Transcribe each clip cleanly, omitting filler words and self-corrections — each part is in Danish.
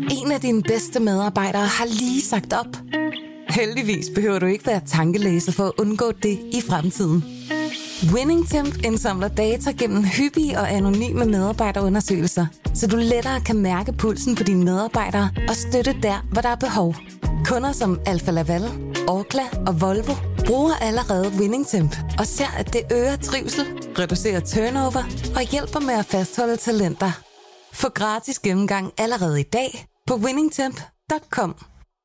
En af dine bedste medarbejdere har lige sagt op. Heldigvis behøver du ikke være tankelæser for at undgå det i fremtiden. WinningTemp indsamler data gennem hyppige og anonyme medarbejderundersøgelser, så du lettere kan mærke pulsen på dine medarbejdere og støtte der, hvor der er behov. Kunder som Alfa Laval, Orkla og Volvo bruger allerede WinningTemp og ser, at det øger trivsel, reducerer turnover og hjælper med at fastholde talenter. Få gratis gennemgang allerede i dag på winningtemp.com.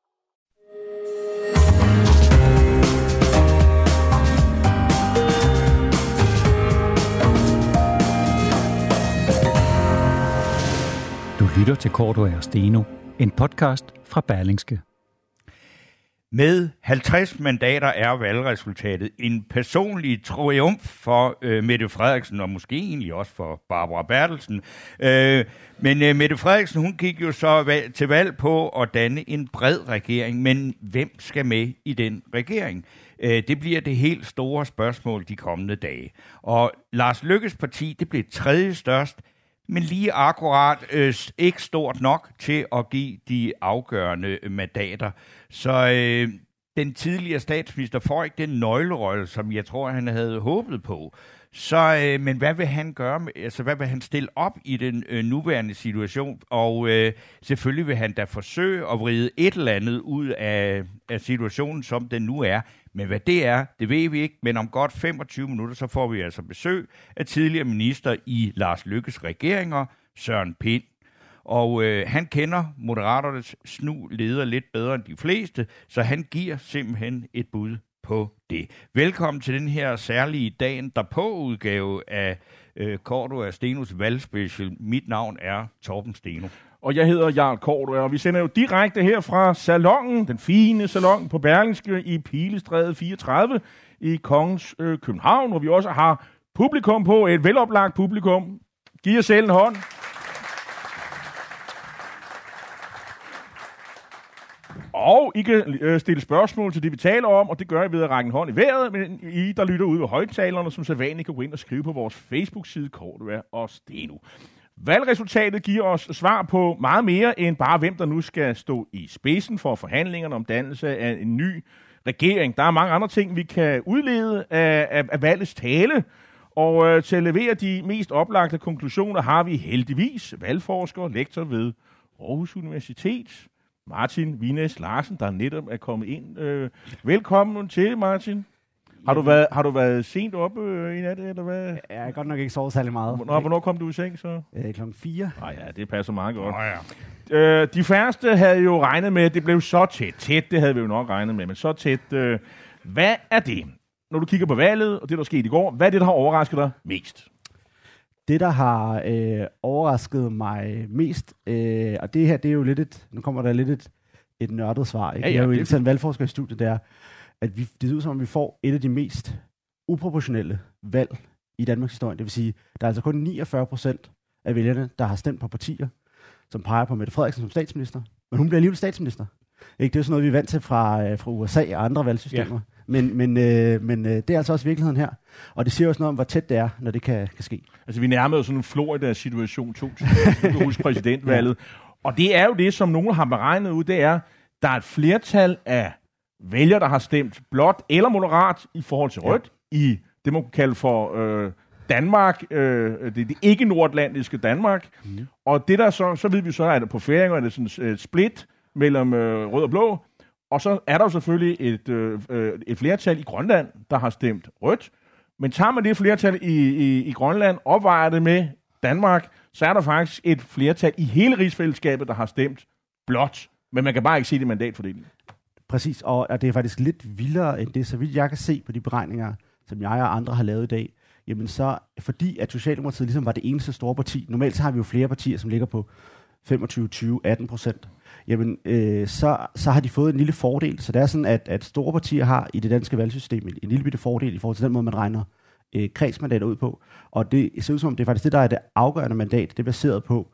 Du lytter til Cordua og Steno, en podcast fra Berlingske. Med 50 mandater er valgresultatet en personlig triumf for Mette Frederiksen, og måske egentlig også for Barbara Bertelsen. Men Mette Frederiksen, hun gik jo så til valg på at danne en bred regering, men hvem skal med i den regering? Det bliver det helt store spørgsmål de kommende dage. Og Lars Løkkes parti, det blev tredje størst, men lige akkurat ikke stort nok til at give de afgørende mandater. Så den tidligere statsminister får ikke den nøglerolle, som jeg tror, han havde håbet på. Så, men hvad vil han gøre? Altså, hvad vil han stille op i den nuværende situation? Og selvfølgelig vil han da forsøge at vride et eller andet ud af situationen, som den nu er. Men hvad det er, det ved vi ikke. Men om godt 25 minutter, så får vi altså besøg af tidligere minister i Lars Løkkes regeringer, Søren Pind. Og han kender Moderaternes leder lidt bedre end de fleste, så han giver simpelthen et bud på det. Velkommen til den her særlige dagen derpå udgave af Cordua og Stenos valgspecial. Mit navn er Torben Steno. Og jeg hedder Jarl Cordua, og vi sender jo direkte her fra salonen, den fine salon på Berlingske i Pilestræde 34 i Kongens København, hvor vi også har publikum på, et veloplagt publikum. Giv jer selv en hånd. Og I kan stille spørgsmål til det, vi taler om, og det gør I ved at række en hånd i vejret, men I, der lytter ud ved højtalerne, som sædvanligt kan gå ind og skrive på vores Facebook-side, Cordua og Steno. Valgresultatet giver os svar på meget mere end bare, hvem der nu skal stå i spidsen for forhandlingerne om dannelse af en ny regering. Der er mange andre ting, vi kan udlede af valgets tale, og til at levere de mest oplagte konklusioner har vi heldigvis valgforsker, lektor ved Aarhus Universitet, Martin Vines Larsen, der netop er kommet ind. Velkommen til, Martin. Har du været sent oppe i nat, eller hvad? Jeg har godt nok ikke sovet særlig meget. Hvornår kom du i seng så? Klokken 4. Ja, det passer meget godt. Ja. De færreste havde jo regnet med, at det blev så tæt. Det havde vi jo nok regnet med, men så tæt. Hvad er det? Når du kigger på valget, og det der skete i går, hvad er det, der har overrasket dig mest? Det, der har overrasket mig mest, og det her, det er jo lidt nu kommer der lidt et nørdet svar. Ikke? Ja, jeg er jo en valgforsker i studiet, der at det ser ud som om, vi får et af de mest uproportionelle valg i Danmarks historie. Det vil sige, der er altså kun 49% af vælgerne, der har stemt på partier, som peger på Mette Frederiksen som statsminister. Men hun bliver alligevel statsminister. Ikke? Det er jo sådan noget, vi er vant til fra USA og andre valgsystemer. Ja. Men det er altså også virkeligheden her. Og det siger også noget om, hvor tæt det er, når det kan ske. Altså, vi nærmer jo sådan en Florida-situation 2000, hos præsidentvalget. Ja. Og det er jo det, som nogen har beregnet ud, det er, der er et flertal af vælgere, der har stemt blåt eller moderat i forhold til rødt i det, man kan kalde for Danmark, det ikke nordatlantiske Danmark. Mm. Og det der så ved vi så, at på Færøerne er det sådan et split mellem rød og blå. Og så er der jo selvfølgelig et flertal i Grønland, der har stemt rødt. Men tager man det flertal i Grønland, opvejer det med Danmark, så er der faktisk et flertal i hele rigsfællesskabet, der har stemt blåt. Men man kan bare ikke se det mandatfordeling. Præcis, og det er faktisk lidt vildere end det, så vidt jeg kan se på de beregninger, som jeg og andre har lavet i dag. Jamen så, fordi at Socialdemokratiet ligesom var det eneste store parti, normalt så har vi jo flere partier, som ligger på 25, 20, 18%. Jamen, så har de fået en lille fordel. Så det er sådan, at store partier har i det danske valgsystem en lille bitte fordel i forhold til den måde, man regner kredsmandater ud på. Og det ser ud som, det er faktisk det, der er det afgørende mandat. Det er baseret på,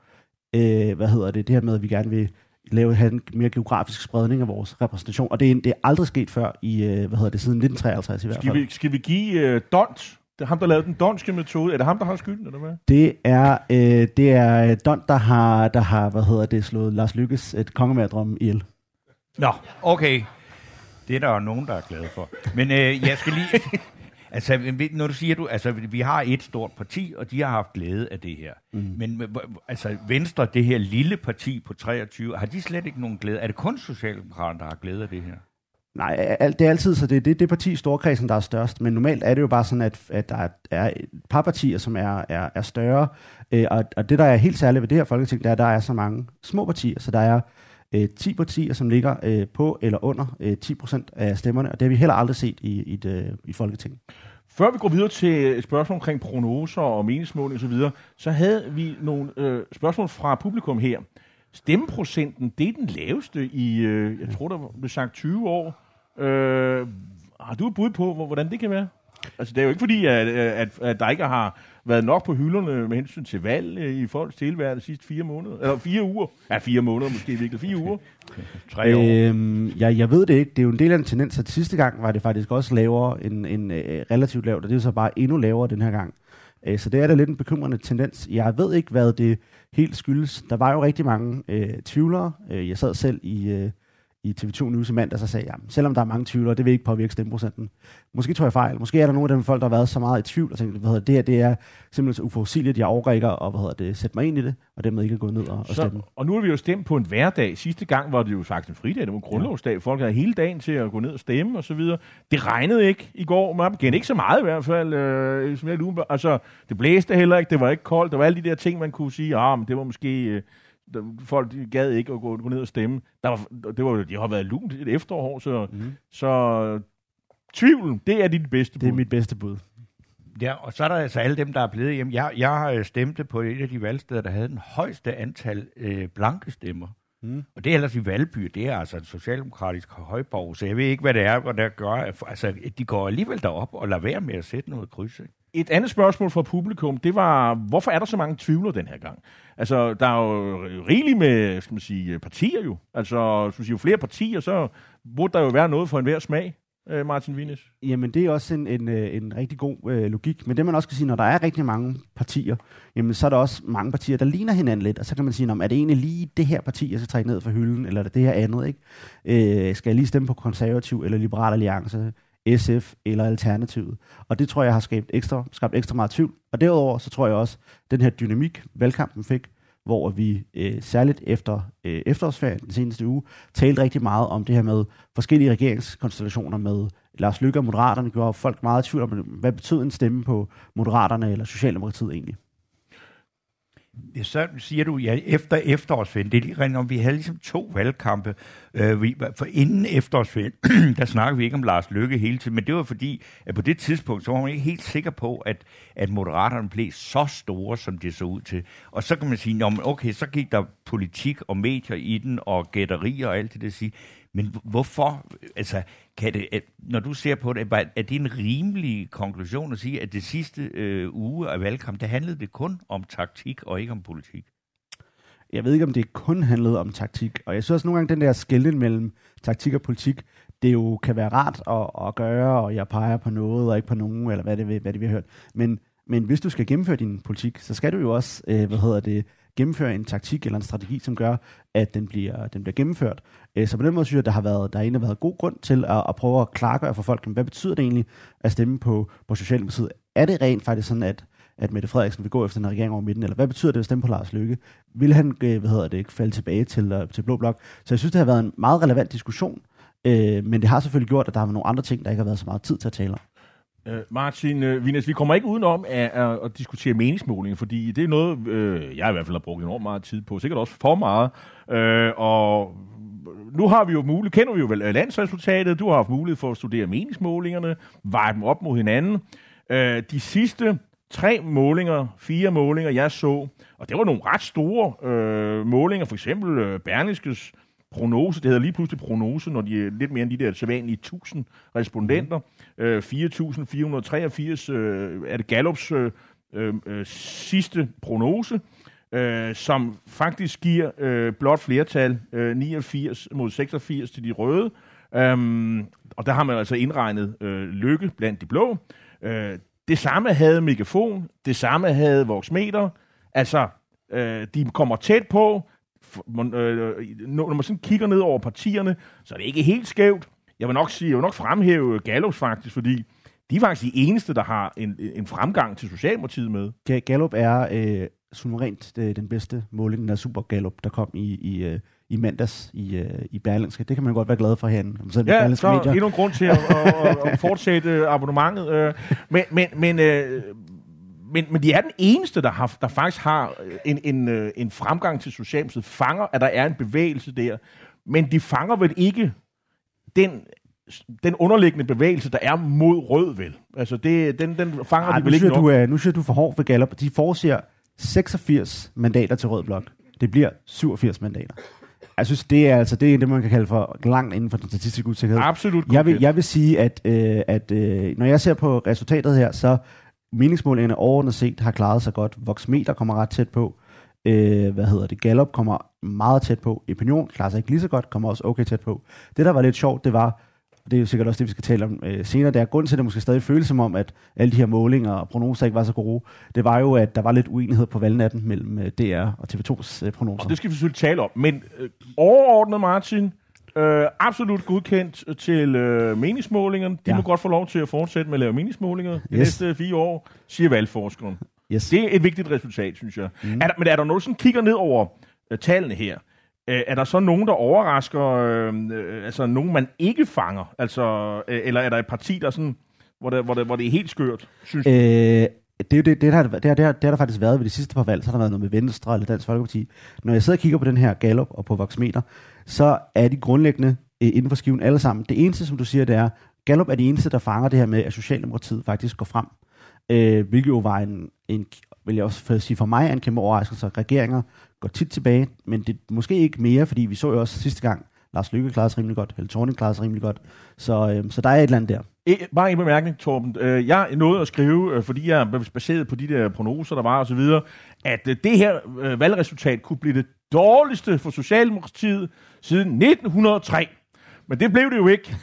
det her med, at vi gerne vil have en mere geografisk spredning af vores repræsentation. Og det er aldrig sket før i, siden 1953 i hvert fald. Skal vi give Dont Det er ham, der lavede den donske metode. Er det ham, der har skylden, eller hvad? Det er Don, der har slået Lars Løkkes et kongemagerdrøm ihjel. Nå, okay. Det er der jo nogen, der er glade for. Men jeg skal lige... Altså, når du siger, altså, vi har et stort parti, og de har haft glæde af det her. Men altså, Venstre, det her lille parti på 23, har de slet ikke nogen glæde? Er det kun Socialdemokraterne, der har glæde af det her? Nej, det er altid, så det er det parti i Storkredsen, der er størst. Men normalt er det jo bare sådan, at der er et par partier, som er større. Og det, der er helt særligt ved det her Folketing, det er, at der er så mange små partier. Så der er 10 partier, som ligger på eller under 10% af stemmerne, og det har vi heller aldrig set i Folketinget. Før vi går videre til et spørgsmål omkring prognoser og meningsmåling osv., så havde vi nogle spørgsmål fra publikum her. Stemmeprocenten, det er den laveste i, jeg tror, der blev sagt 20 år. Har du et bud på, hvordan det kan være? Altså, det er jo ikke fordi, at der ikke har været nok på hylderne med hensyn til valg i folks tilværelse de sidste 4 måneder. Eller 4 uger. Ja, 4 måneder måske virkelig. 4 uger. 3 år. Jeg ved det ikke. Det er jo en del af en tendens, at sidste gang var det faktisk også lavere end relativt lavt, og det er så bare endnu lavere den her gang. Så det er da lidt en bekymrende tendens. Jeg ved ikke, hvad det helt skyldes. Der var jo rigtig mange tvivlere. Jeg sad selv i TV2 News i mandag, så sagde jeg, selvom der er mange tvivlere, det vil ikke påvirke stemmeprocenten. Måske tror jeg fejl. Måske er der nogle af dem folk, der har været så meget i tvivl, og tænkt, det her det er simpelthen så uforudsigeligt, jeg overgår ikke at sætte mig ind i det, og dermed ikke gå ned og stemme. Og nu har vi jo stemt på en hverdag. Sidste gang var det jo faktisk en fridag, det var en grundlovsdag. Folk havde hele dagen til at gå ned og stemme, og så videre. Det regnede ikke i går. Man kendte ikke så meget i hvert fald. Altså, det blæste heller ikke, det var ikke koldt. Der var alle de der ting, man kunne sige, men det var måske... folk gad ikke at gå ned og stemme. Det har været lunt et efterår, så tvivlen, det er dit bedste bud. Det er mit bedste bud. Ja, og så er der altså alle dem, der er blevet hjemme. Jeg stemte på et af de valgsteder, der havde den højeste antal blanke stemmer. Og det er ellers i Valby, det er altså en socialdemokratisk højborg, så jeg ved ikke, hvad det er, der gør. Altså, de går alligevel derop og lader være med at sætte noget kryds. Et andet spørgsmål fra publikum, det var, hvorfor er der så mange tvivlere den her gang? Altså, der er jo rigeligt med, skal man sige, partier jo. Altså, hvis jo flere partier, så burde der jo være noget for enhver smag, Martin Winnes. Jamen, det er også en rigtig god logik. Men det man også kan sige, når der er rigtig mange partier, jamen, så er der også mange partier, der ligner hinanden lidt. Og så kan man sige, er det egentlig lige det her parti, jeg skal trække ned fra hylden, eller er det det her andet, ikke? Skal jeg lige stemme på Konservativ eller Liberal Alliance, SF eller Alternativet? Og det tror jeg har skabt ekstra meget tvivl. Og derudover, så tror jeg også, den her dynamik, valgkampen fik, hvor vi særligt efter efterårsferien den seneste uge, talte rigtig meget om det her med forskellige regeringskonstellationer med Lars Løkke og Moderaterne, gjorde folk meget i tvivl om, hvad betød en stemme på Moderaterne eller Socialdemokratiet egentlig? Så siger du, ja, efter efterårsferien, det er lige rent om, vi havde ligesom 2 valgkampe, for inden efterårsferien, der snakkede vi ikke om Lars Løkke hele tiden, men det var fordi, at på det tidspunkt, så var man ikke helt sikker på, at Moderaterne blev så store, som det så ud til. Og så kan man sige, okay, så gik der politik og medier i den, og gætterier og alt det der sige. Men hvorfor, altså, når du ser på det, er det en rimelig konklusion at sige, at det sidste uge af valgkamp, det handlede det kun om taktik og ikke om politik? Jeg ved ikke, om det kun handlede om taktik, og jeg synes også nogle gange, den der skelnen mellem taktik og politik, det jo kan være rart at gøre, og jeg peger på noget og ikke på nogen, eller hvad det vi har hørt. Men hvis du skal gennemføre din politik, så skal du jo også, gennemføre en taktik eller en strategi, som gør, at den bliver gennemført. Så på den måde synes jeg, at der egentlig har været god grund til at prøve at klargøre for folk, hvad betyder det egentlig at stemme på Socialdemokratiet? Er det rent faktisk sådan, at Mette Frederiksen vil gå efter en regering over midten, eller hvad betyder det at stemme på Lars Løkke? Vil han, falde tilbage til Blå Blok? Så jeg synes, det har været en meget relevant diskussion, men det har selvfølgelig gjort, at der har været nogle andre ting, der ikke har været så meget tid til at tale om. Martin Winnes, vi kommer ikke udenom at diskutere meningsmålinger, fordi det er noget, jeg i hvert fald har brugt enormt meget tid på, sikkert også for meget, og nu har vi jo kender vi jo vel landsresultatet, du har haft mulighed for at studere meningsmålingerne, veje dem op mod hinanden. De sidste 4 målinger, jeg så, og det var nogle ret store målinger, for eksempel Berlingskes prognose, det hedder lige pludselig prognose, når de er lidt mere end de der sædvanlige 1000 respondenter. 4.483 er det Gallups sidste prognose, som faktisk giver blot flertal 89 mod 86 til de røde. Og der har man altså indregnet Løkke blandt de blå. Det samme havde Megafon, det samme havde Voxmeter. Altså, de kommer tæt på. Når man sådan kigger ned over partierne, så er det ikke helt skævt. Jeg vil nok fremhæve Gallup faktisk, fordi de er faktisk de eneste, der har en fremgang til Socialdemokratiet med. Gallup er suverænt den bedste måling, den der Super Gallup, der kom i mandags i Berlingske. Det kan man godt være glad for herinde. Ja, så er der endnu en grund til at fortsætte abonnementet. Men de er den eneste, der faktisk har en fremgang til Socialdemokratiet. Fanger, at der er en bevægelse der. Men de fanger vel ikke den underliggende bevægelse, der er mod rød, vel? Altså, den fanger de vel ikke nok. Nu siger du for hård for Gallup. De forudser 86 mandater til rød blok. Det bliver 87 mandater. Jeg synes, det er det, man kan kalde for langt inden for den statistiske usikkerhed. Absolut. Jeg vil sige, at når jeg ser på resultatet her, så meningsmålingerne overordnet set har klaret sig godt. Voxmeter kommer ret tæt på. Gallup kommer meget tæt på. Opinion klarer sig ikke lige så godt, kommer også okay tæt på. Det, der var lidt sjovt, det var, og det er jo sikkert også det, vi skal tale om senere, det er grunden til, at det måske stadig føles som om, at alle de her målinger og prognoser ikke var så gode. Det var jo, at der var lidt uenighed på valgnatten mellem DR og TV2's prognoser. Og det skal vi selvfølgelig tale om. Men overordnet, Martin, absolut godkendt til meningsmålingerne. De må godt få lov til at fortsætte med at lave meningsmålinger de næste 4 år, siger valgforskeren. Yes. Det er et vigtigt resultat, synes jeg. Men er der noget, som kigger ned over tallene her? Er der så nogen, der overrasker, altså nogen, man ikke fanger? Altså, eller er der et parti, der sådan, hvor det er helt skørt, synes du? Det har der faktisk været ved de sidste par valg, så har der været noget med Venstre eller Dansk Folkeparti. Når jeg sidder og kigger på den her Gallup og på Voxmeter, så er de grundlæggende inden for skiven alle sammen. Det eneste, som du siger, det er, Gallup er de eneste, der fanger det her med, at Socialdemokratiet faktisk går frem. Hvilket jo var en vil jeg også sige for mig, en kæmpe overraskelse. Regeringer går tit tilbage, men det måske ikke mere, fordi vi så jo også sidste gang, Lars Løkke klarede sig rimelig godt, Helle Thorning klarede sig rimelig godt. Så der er et eller andet der. Bare en bemærkning, Torben. Jeg nåede at skrive, fordi jeg er baseret på de der prognoser, der var og så videre, at det her valgresultat kunne blive det dårligste for Socialdemokratiet siden 1903. Men det blev det jo ikke.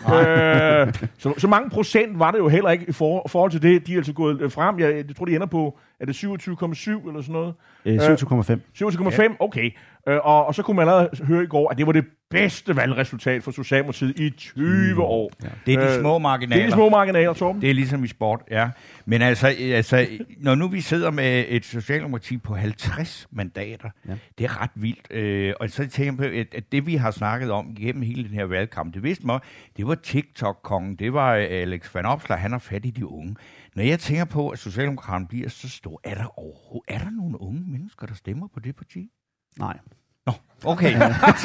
Så mange procent var det jo heller ikke i forhold til det. De er altså gået frem. Jeg tror, de ender på, er det 27,7 eller sådan noget? 27,5. 27,5, okay. Og så kunne man allerede høre i går, at det var det bedste valgresultat for Socialdemokratiet i 20 år. Ja. Det er de små marginaler. Det er de små marginaler, Torben. Det er ligesom i sport, ja. Men altså når nu vi sidder med et Socialdemokrati på 50 mandater, det er ret vildt. Og så tænker jeg på, at det vi har snakket om gennem hele den her valgkamp, det vidste mig, det var TikTok-kongen, det var Alex Van Opslark, han har fat i de unge. Når jeg tænker på, at Socialdemokraterne bliver så stor, er der nogle unge mennesker, der stemmer på det parti? Nej. Nå, okay.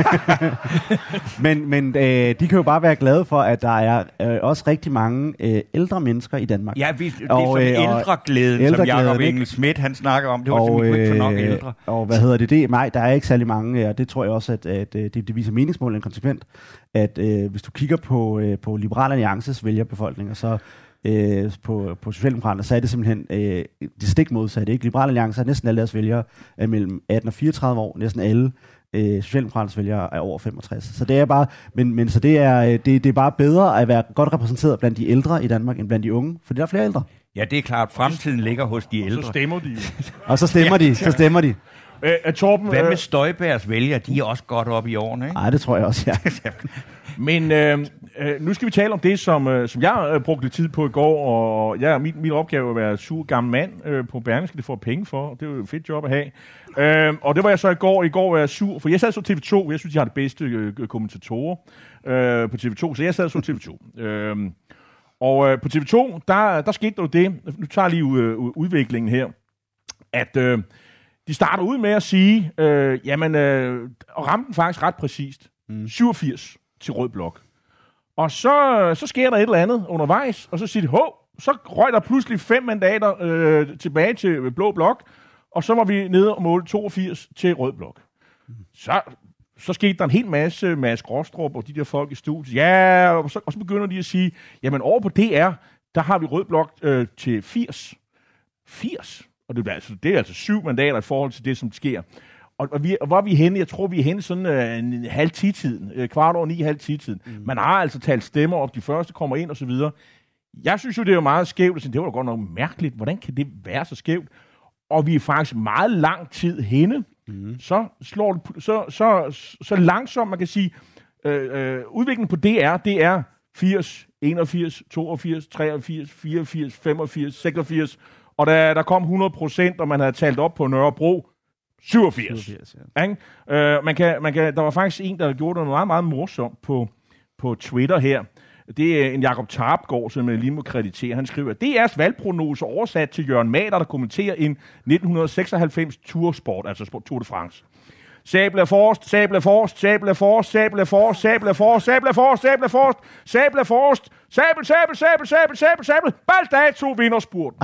men de kan jo bare være glade for, at der er også rigtig mange ældre mennesker i Danmark. Ja, det er som ældreglæden, som Jakob Engel Schmidt han snakker om. Det var simpelthen ikke for nok ældre. Og Nej, der er ikke særlig mange, og det tror jeg også, at det viser meningsmålene konsekvent, at hvis du kigger på Liberal Alliances vælgerbefolkninger, så på Socialdemokraterne, så er det simpelthen det stik modsatte. Ikke? Liberal Alliance er næsten alle deres vælgere er mellem 18 og 34 år. Næsten alle Socialdemokraternes vælgere er over 65. Så det er bare, men så det er bare bedre at være godt repræsenteret blandt de ældre i Danmark, end blandt de unge, for der er flere ældre. Ja, det er klart. Fremtiden ligger hos de ældre. Så stemmer de. Og så stemmer de. Torben, hvad med Støjbergs vælgere? De er også godt op i årene, ikke? Nej, det tror jeg også, ja. Men nu skal vi tale om det, som jeg brugte lidt tid på i går, og min opgave er at være sur gammel mand på Berlingske, det får penge for, og det er jo et fedt job at have. Og det var jeg så i går. I går var jeg sur, for jeg sad så TV2, jeg synes, de har det bedste kommentatorer på TV2, så jeg sad så TV2. Og på TV2, der skete der jo det, nu tager jeg lige udviklingen her, at de starter ud med at sige, og ramte den faktisk ret præcist, 87 til rød blok. Og så sker der et eller andet undervejs, og så siger de, så røg der pludselig 5 mandater tilbage til blå blok, og så var vi nede og målte 82 til rød blok. Så skete der en hel masse Mads Grostrup og de der folk i studiet. Ja, og så begynder de at sige, jamen over på DR, der har vi rød blok til 80. 80? Og det er altså 7 mandater i forhold til det, som sker. Og hvor er vi henne? Jeg tror, vi er henne sådan en halv 10-tiden. 9:15, halv 10-tiden. Man har altså talt stemmer op, de første kommer ind og så videre. Jeg synes jo, det er jo meget skævt, og det var da godt nok mærkeligt. Hvordan kan det være så skævt? Og vi er faktisk meget lang tid henne. Så slår det, så langsomt, man kan sige, udviklingen på DR, det er 80, 81, 82, 83, 84, 85, 86, og der kom 100%, og man havde talt op på Nørrebro, 87. Ja. Der var faktisk en, der gjorde noget meget, meget morsomt på Twitter her. Det er en Jakob Tarpgaard, som jeg lige må kreditere. Han skriver, at DR's valgprognose oversat til Jørgen Mader, der kommenterer en 1996 tursport, altså Tour de France. Sable er forrest, sable er forrest, sable er forrest, sable er forrest, sable er forrest, sable er forrest, sable er forrest, sable er forrest, sable, Baldato vinder spurten.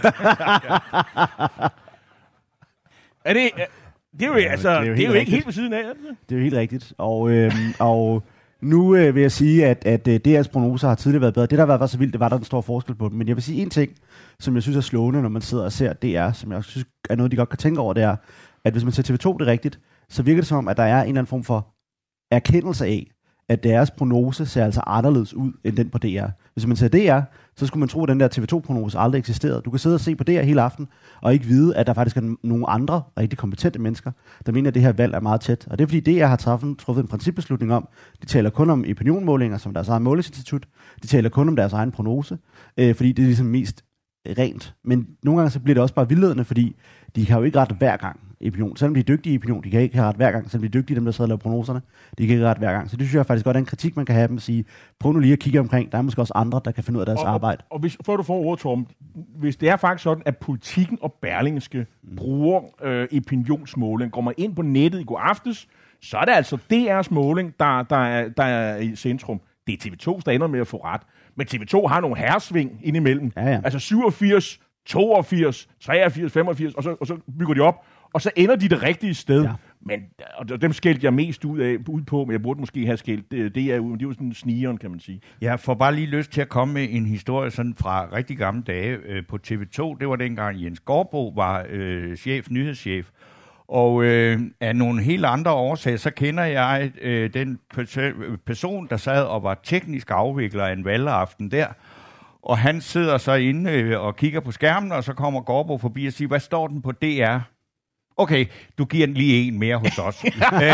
Det er jo ikke helt ved siden af. Det er jo helt rigtigt. Og nu vil jeg sige, at DR's prognoser har tidligere været bedre. Det, der var så vildt, det var, der den store forskel på dem. Men jeg vil sige en ting, som jeg synes er slående, når man sidder og ser DR, som jeg synes er noget, de godt kan tænke over, det er, at hvis man ser TV2 det rigtigt, så virker det som om, at der er en eller anden form for erkendelse af, at deres prognose ser altså anderledes ud, end den på DR. Hvis man ser DR, så skulle man tro, at den der TV2-prognose aldrig eksisterede. Du kan sidde og se på DR hele aften, og ikke vide, at der faktisk er nogle andre rigtig kompetente mennesker, der mener, at det her valg er meget tæt. Og det er fordi DR har truffet en principbeslutning om, de taler kun om opinionmålinger, som deres egen målingsinstitut, de taler kun om deres egen prognose, fordi det er ligesom mest rent. Men nogle gange så bliver det også bare vildledende, fordi de kan jo ikke ret hver gang i opinion. Selvom de er dygtige i opinion, de kan ikke have ret hver gang. Selvom de er dygtige, dem der sidder og laver prognoserne, de kan ikke ret hver gang. Så det synes jeg faktisk godt er en kritik, man kan have dem at sige, prøv nu lige at kigge omkring. Der er måske også andre, der kan finde ud af deres arbejde. Og før du får ordet, Torben, hvis det er faktisk sådan, at Politikken og Berlingske bruger opinionsmåling, går man ind på nettet i går aftes, så er det altså DR's måling, der er i centrum. Det er TV2, der ender med at få ret. Men TV2 har nogle herresving indimellem. Ja. Altså 87, 82, 83, 85, og så bygger de op, og så ender de det rigtige sted. Ja. Men og dem skældte jeg mest ud på, men jeg burde måske have skældt det er jo sådan en snigeren, kan man sige. Jeg får bare lige lyst til at komme med en historie sådan fra rigtig gamle dage på TV2. Det var dengang Jens Gårdbo var nyhedschef. Og af nogle helt andre årsager, så kender jeg den person, der sad og var teknisk afvikler af en valgaften der. Og han sidder så inde og kigger på skærmen, og så kommer Gårdbo forbi og siger, hvad står den på DR? Okay, du giver den lige en mere hos os.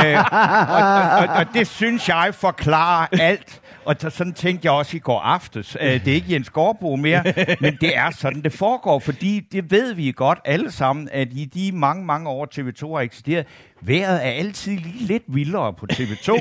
Og det synes jeg forklarer alt. Og sådan tænkte jeg også i går aftes. Det er ikke Jens Gårdbo mere, men det er sådan, det foregår. Fordi det ved vi godt alle sammen, at i de mange, mange år TV2 har eksisteret, vejret er altid lige lidt vildere på TV2.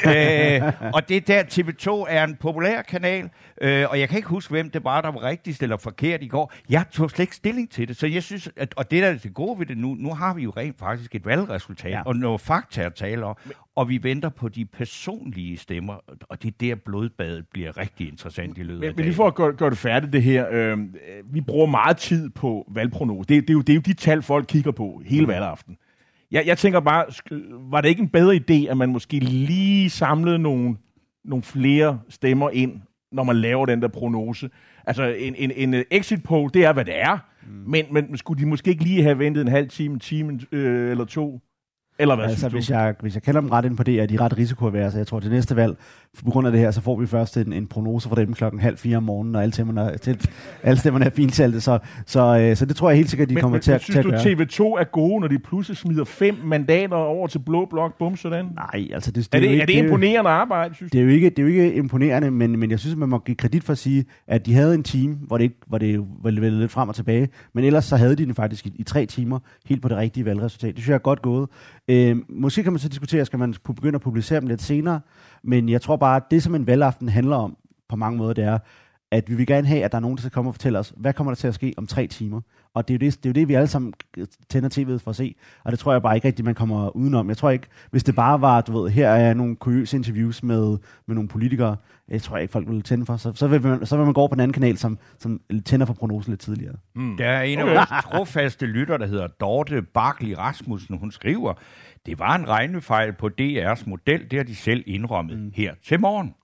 Og det der, TV2 er en populær kanal, og jeg kan ikke huske, hvem det var, der var rigtigt eller forkert i går. Jeg tog slet ikke stilling til det, så jeg synes, og det der er det gode ved det nu har vi jo rent faktisk et valgresultat, og noget fakta at tale om, og vi venter på de personlige stemmer, og det er der blodbadet bliver rigtig interessant i løbet af dagen. Men lige for at gøre det færdigt, det her, vi bruger meget tid på valgprognose. Det er jo de tal, folk kigger på hele valgaften. Jeg tænker bare, var det ikke en bedre idé, at man måske lige samlede nogle flere stemmer ind, når man laver den der prognose? Altså, en exit poll, det er, hvad det er, men skulle de måske ikke lige have ventet en halv time eller to? Eller hvad altså, hvis jeg kender dem ret ind på det, er de ret risikoaverse. Så jeg tror, til næste valg, på grund af det her, så får vi først en prognose fra dem 3:30 om morgenen, og alle stemmerne er fintalte. Så det tror jeg helt sikkert, de kommer til at gøre. Synes du, TV2 er gode, når de pludselig smider 5 mandater over til Blå Blok? Bum, sådan? Nej, altså... Det er det imponerende arbejde, synes du? Det er jo ikke imponerende, men jeg synes, man må give kredit for at sige, at de havde en time, hvor det var lidt frem og tilbage, men ellers så havde de den faktisk i 3 timer, helt på det rigtige valgresultat. Det synes jeg er godt gået. Måske kan man så diskutere, skal man begynde at publicere dem lidt senere, men jeg tror bare, at det, som en valgaften handler om på mange måder, det er, at vi vil gerne have, at der er nogen, der skal komme og fortælle os, hvad kommer der til at ske om 3 timer? Og det er jo det, vi alle sammen tænder tv'et for at se, og det tror jeg bare ikke rigtigt, man kommer udenom. Jeg tror ikke, hvis det bare var, du ved, her er nogle kuriøse interviews med nogle politikere, jeg tror ikke, folk vil tænde for, så vil man gå over på en anden kanal, som tænder for prognosen lidt tidligere. Der er en af vores trofaste lytter, der hedder Dorte Barkley Rasmussen, hun skriver, det var en regnefejl på DR's model, det har de selv indrømmet her til morgen.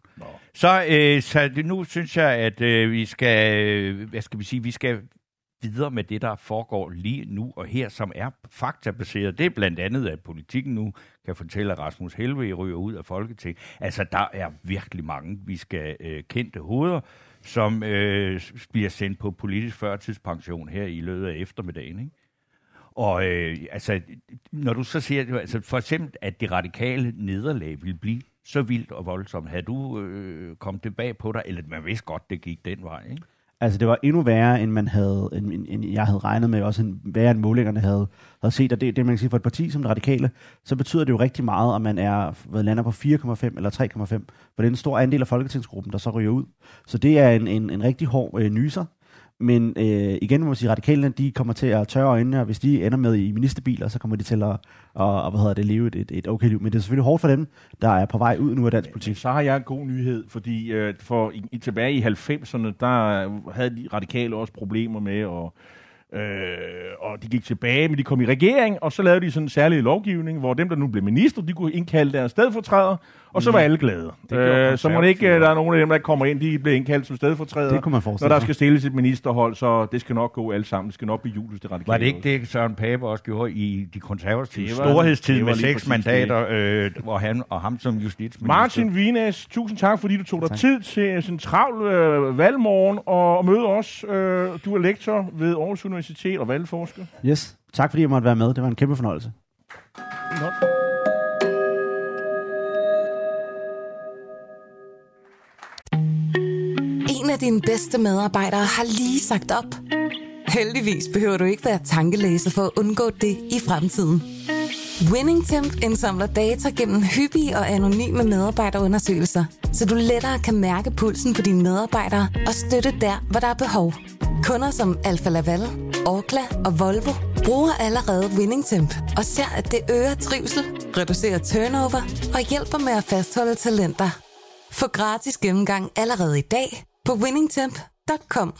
Så nu synes jeg, at vi skal videre med det, der foregår lige nu og her, som er faktabaseret. Det er blandt andet, at Politikken nu kan fortælle, at Rasmus Helveg ryger ud af Folketinget. Altså, der er virkelig mange, vi skal kendte hoveder, som bliver sendt på politisk førtidspension her i løbet af eftermiddagen, ikke? Og altså, når du så siger, altså for eksempel, at det radikale nederlag vil blive så vildt og voldsomt, havde du kommet tilbage på dig, eller man vidste godt, det gik den vej, ikke? Altså, det var endnu værre, end jeg havde regnet med, også værre end målingerne havde set. Og det man kan sige for et parti som det radikale, så betyder det jo rigtig meget, om man lander på 4,5 eller 3,5. For det er en stor andel af folketingsgruppen, der så ryger ud. Så det er en rigtig hård nyser. Men igen må man sige, at radikalerne, de kommer til at tørre øjnene, og hvis de ender med i ministerbiler, så kommer de til at leve et okay liv. Men det er selvfølgelig hårdt for dem, der er på vej ud nu af dansk politik. Så har jeg en god nyhed, fordi tilbage i 90'erne, der havde de radikale også problemer med, og de gik tilbage, men de kom i regering, og så lavede de sådan en særlig lovgivning, hvor dem, der nu blev minister, de kunne indkalde deres stedfortræder, og så var alle glade. Så må det ikke, der er nogle af dem, der kommer ind, de bliver indkaldt som stedfortræder. Det kunne man forestille når der skal stilles et ministerhold, så det skal nok gå alle sammen. Det skal nok blive jules, det radikale. Var det ikke det, Søren Pape også gjorde i de konservative storhedstid med 6 mandater, hvor han og ham som justitsminister? Martin Wienes, tusind tak, fordi du tog dig tid til sådan en travl valgmorgen og møde os. Du er lektor ved Aarhus Universitet og valgforsker. Yes, tak fordi jeg måtte være med. Det var en kæmpe fornøjelse. En af dine bedste medarbejdere har lige sagt op. Heldigvis behøver du ikke være tankelæser for at undgå det i fremtiden. WinningTemp indsamler data gennem hyppige og anonyme medarbejderundersøgelser, så du lettere kan mærke pulsen på dine medarbejdere og støtte der, hvor der er behov. Kunder som Alfa Laval, Orkla og Volvo bruger allerede WinningTemp og ser, at det øger trivsel, reducerer turnover og hjælper med at fastholde talenter. Få gratis gennemgang allerede i dag på winningtemp.com.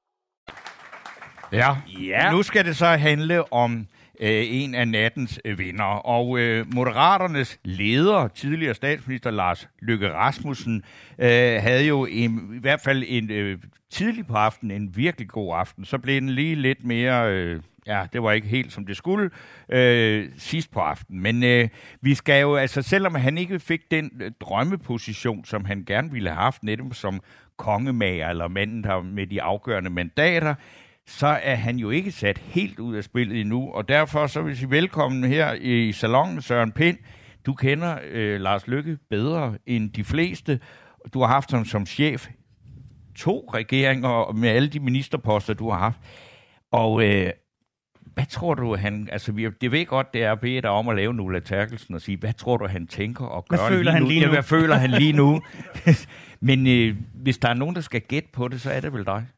Ja, nu skal det så handle om en af nattens vinder. Og Moderaternes leder, tidligere statsminister Lars Løkke Rasmussen, havde jo i hvert fald tidlig på aftenen en virkelig god aften. Så blev den lige lidt mere... det var ikke helt som det skulle sidst på aftenen. Men vi skal jo, altså selvom han ikke fik den drømmeposition, som han gerne ville have haft, netop som kongemager eller manden der med de afgørende mandater, så er han jo ikke sat helt ud af spillet endnu. Og derfor så vil jeg sige velkommen her i salonen, Søren Pind. Du kender Lars Løkke bedre end de fleste. Du har haft ham som chef 2 regeringer med alle de ministerposter, du har haft. Og hvad tror du, det ved godt, det er at bede dig om at lave nogle af Terkelsen og sige, hvad tror du, han tænker og gør lige nu? Hvad føler han lige nu? Men hvis der er nogen, der skal gætte på det, så er det vel dig?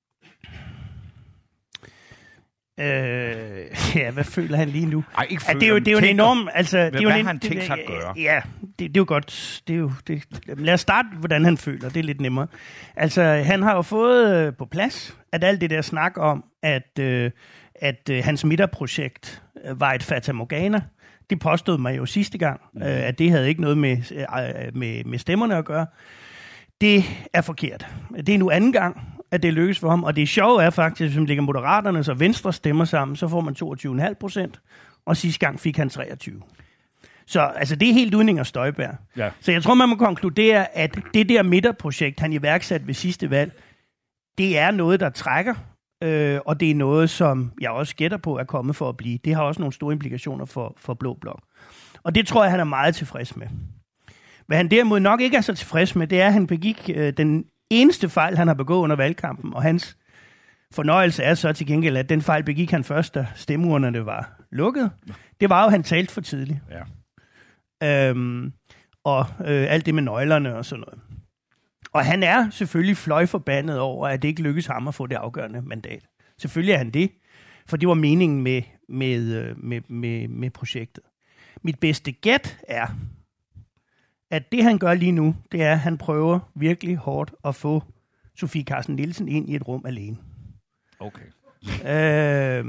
Hvad føler han lige nu? Ej, ikke føler, det er jo en enorm... Altså, hvad har han tænkt sig at gøre? Ja, det er jo godt. Lad os starte, hvordan han føler. Det er lidt nemmere. Altså, han har jo fået på plads, at alt det der snak om, at hans midterprojekt var et fatamorgana. Det påstod mig jo sidste gang, at det havde ikke noget med stemmerne at gøre. Det er forkert. Det er nu anden gang, at det lykkes for ham. Og det sjove er faktisk, at hvis man lægger Moderaternes og Venstre stemmer sammen, så får man 22,5%, og sidste gang fik han 23%. Så altså, det er helt uden Inger Støjberg. Ja. Så jeg tror, man må konkludere, at det der midterprojekt, han iværksatte ved sidste valg, det er noget, der trækker, og det er noget, som jeg også gætter på er kommet for at blive. Det har også nogle store implikationer for Blå Blok. Og det tror jeg, han er meget tilfreds med. Hvad han derimod nok ikke er så tilfreds med, det er, at han begik den eneste fejl, han har begået under valgkampen, og hans fornøjelse er så til gengæld, at den fejl begik han først, da stemmeurnerne var lukket. Det var jo, at han talte for tidligt. Ja. Alt det med nøglerne og sådan noget. Og han er selvfølgelig fløjforbandet over, at det ikke lykkes ham at få det afgørende mandat. Selvfølgelig er han det, for det var meningen med projektet. Mit bedste gæt er, at det han gør lige nu, det er, at han prøver virkelig hårdt at få Sofie Carsten Nielsen ind i et rum alene. Okay. Jeg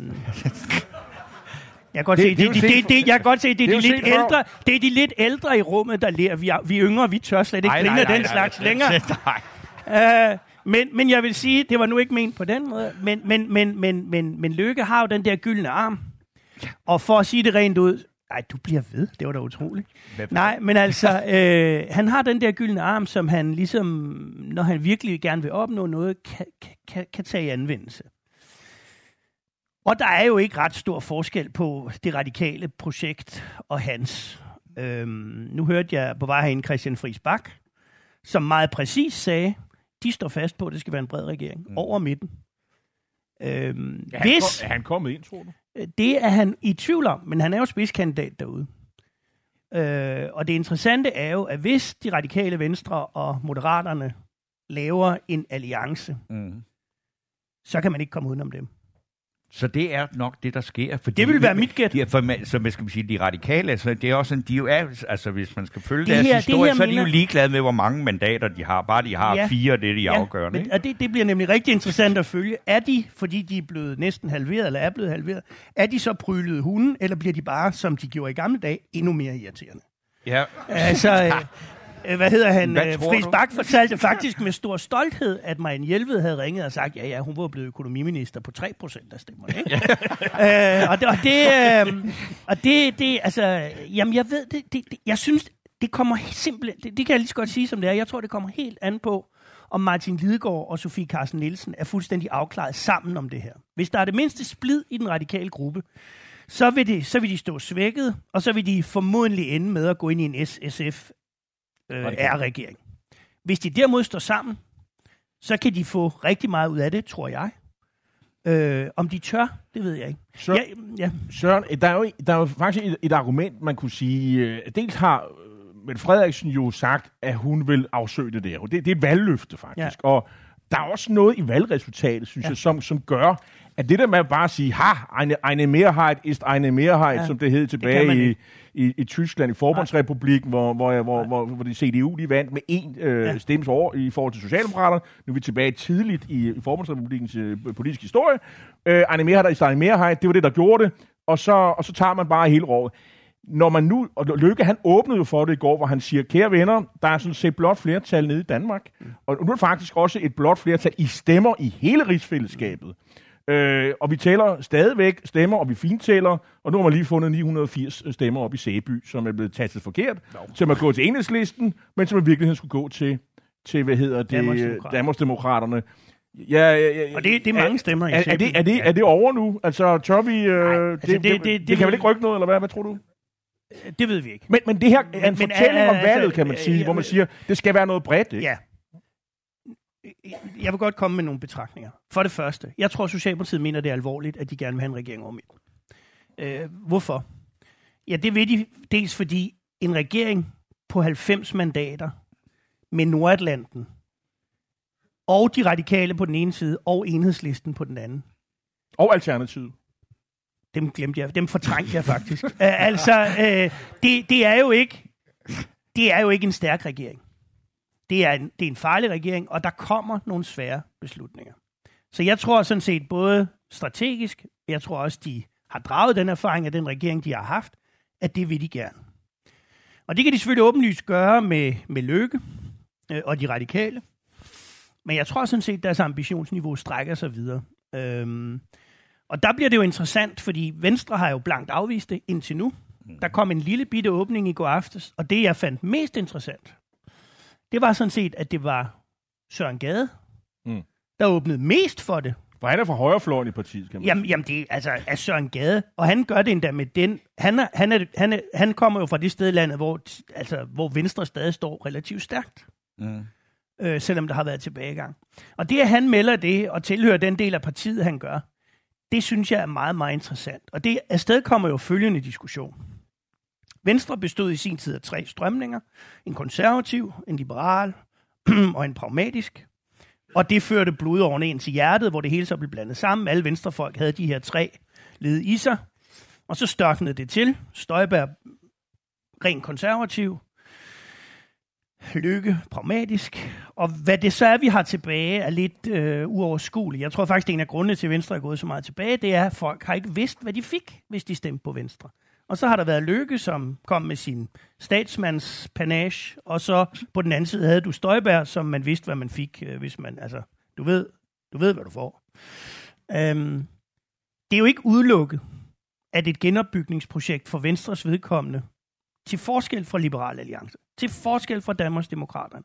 kan godt se, det er de lidt ældre i rummet, der lærer. Vi yngre, vi tør slet ikke grine den slags længere. Men jeg vil sige, det var nu ikke ment på den måde. Men Løkke har jo den der gyldne arm. Og for at sige det rent ud, Ej, du bliver ved. Det var da utroligt. Nej, men altså, han har den der gyldne arm, som han ligesom, når han virkelig gerne vil opnå noget, kan tage i anvendelse. Og der er jo ikke ret stor forskel på det radikale projekt og hans. Nu hørte jeg på vej herinde Christian Friis Bach, som meget præcis sagde, de står fast på, at det skal være en bred regering over midten. Er han kommet ind, tror du? Det er han i tvivl om, men han er jo spidskandidat derude. Og det interessante er jo, at hvis de radikale Venstre og Moderaterne laver en alliance, så kan man ikke komme udenom dem. Så det er nok det, der sker. Fordi det vil være mit gæt. Så man skal sige, de radikale, altså, det er også sådan, de jo er, altså hvis man skal følge deres historie, så er de jo ligeglade med, hvor mange mandater de har. Bare de har 4, det er de afgørende. Men, og det bliver nemlig rigtig interessant at følge. Er de, fordi de er blevet næsten halveret, eller er blevet halveret, er de så prylede hunden, eller bliver de bare, som de gjorde i gamle dage, endnu mere irriterende? Ja. Altså, hvad hedder han? Friis Bach fortalte faktisk med stor stolthed, at Marianne Jelved havde ringet og sagt, ja, hun var blevet økonomiminister på 3% af stemmerne. Ikke? Altså, jamen jeg ved, jeg synes, det kommer simpelthen, det kan jeg lige så godt sige, som det er. Jeg tror, det kommer helt an på, om Martin Lidegaard og Sofie Carsten Nielsen er fuldstændig afklaret sammen om det her. Hvis der er det mindste splid i den radikale gruppe, så vil de stå svækket, og så vil de formodentlig ende med at gå ind i en SSF R-regering. Hvis de derimod står sammen, så kan de få rigtig meget ud af det, tror jeg. Om de tør, det ved jeg ikke. Søren, der er jo faktisk et argument, man kunne sige. Dels har Mette Frederiksen jo sagt, at hun vil afsøge det der. Det er valgløfte faktisk. Ja. Og der er også noget i valgresultatet, synes jeg, som gør, at det der med at bare sige, eine Mehrheit ist eine Mehrheit, som det hed tilbage i Tyskland, i Forbundsrepublikken, hvor de CDU de vandt med 1 stemmes over i forhold til Socialdemokraterne. Nu er vi tilbage tidligt i Forbundsrepublikkens politiske historie. Eine Mehrheit ist eine Mehrheit, det var det, der gjorde det. Og så tager man bare hele rådet. Når man nu, og Løkke, han åbnede jo for det i går, hvor han siger, kære venner, der er sådan set blot flertal nede i Danmark. Og nu er det faktisk også et blot flertal i stemmer i hele rigsfællesskabet. Og vi tæller stadigvæk stemmer, og vi fintæller, og nu har man lige fundet 980 stemmer op i Sæby, som er blevet tastet forkert, som er gået til Enhedslisten, men som i virkeligheden skulle gå til Danmarksdemokraterne. Og det er mange stemmer i Sæby. Er det over nu? Altså, tør vi... det kan vel ikke rykke noget, eller hvad? Hvad tror du? Det ved vi ikke. Men det her er en fortælling om valget, kan man sige, hvor man siger, det skal være noget bredt, ikke? Ja. Jeg vil godt komme med nogle betragtninger. For det første, jeg tror, Socialdemokratiet mener, det er alvorligt, at de gerne vil have en regering over midten. Hvorfor? Ja, det vil de dels fordi en regering på 90 mandater med Nordatlanten og de radikale på den ene side og Enhedslisten på den anden. Og Alternativet. Dem glemte jeg. Dem fortrængte jeg faktisk. Det er jo ikke en stærk regering. Det er en farlig regering, og der kommer nogle svære beslutninger. Så jeg tror sådan set både strategisk, jeg tror også, de har draget den erfaring af den regering, de har haft, at det vil de gerne. Og det kan de selvfølgelig åbenlyst gøre med Løkke og de radikale. Men jeg tror sådan set, at deres ambitionsniveau strækker sig videre. Og der bliver det jo interessant, fordi Venstre har jo blankt afvist det indtil nu. Der kom en lille bitte åbning i går aftes, og det jeg fandt mest interessant, det var sådan set, at det var Søren Gade, der åbnede mest for det. For han er fra højrefløjen i partiet, kan man sige. Jamen det er Søren Gade, og han gør det endda med den. Han kommer jo fra det sted i landet, hvor Venstre stadig står relativt stærkt. Selvom der har været tilbagegang. Og det, at han melder det, og tilhører den del af partiet, han gør, det synes jeg er meget, meget interessant. Og det afsted kommer jo følgende diskussion. Venstre bestod i sin tid af 3 strømninger. En konservativ, en liberal og en pragmatisk. Og det førte blodårene ind til hjertet, hvor det hele så blev blandet sammen. Alle venstrefolk havde de her 3 led i sig. Og så størknede det til. Støjberg rent konservativ. Løkke pragmatisk. Og hvad det så er, vi har tilbage, er lidt uoverskueligt. Jeg tror faktisk, det er en af grundene til, at Venstre er gået så meget tilbage, det er, at folk har ikke vidst, hvad de fik, hvis de stemte på Venstre. Og så har der været Løkke, som kom med sin statsmandspanache, og så på den anden side havde du Støjberg, som man vidste, hvad man fik, hvis man, altså, du ved, hvad du får. Det er jo ikke udelukket, at et genopbygningsprojekt for Venstres vedkommende, til forskel fra Liberal Alliance, til forskel fra Danmarks Demokraterne,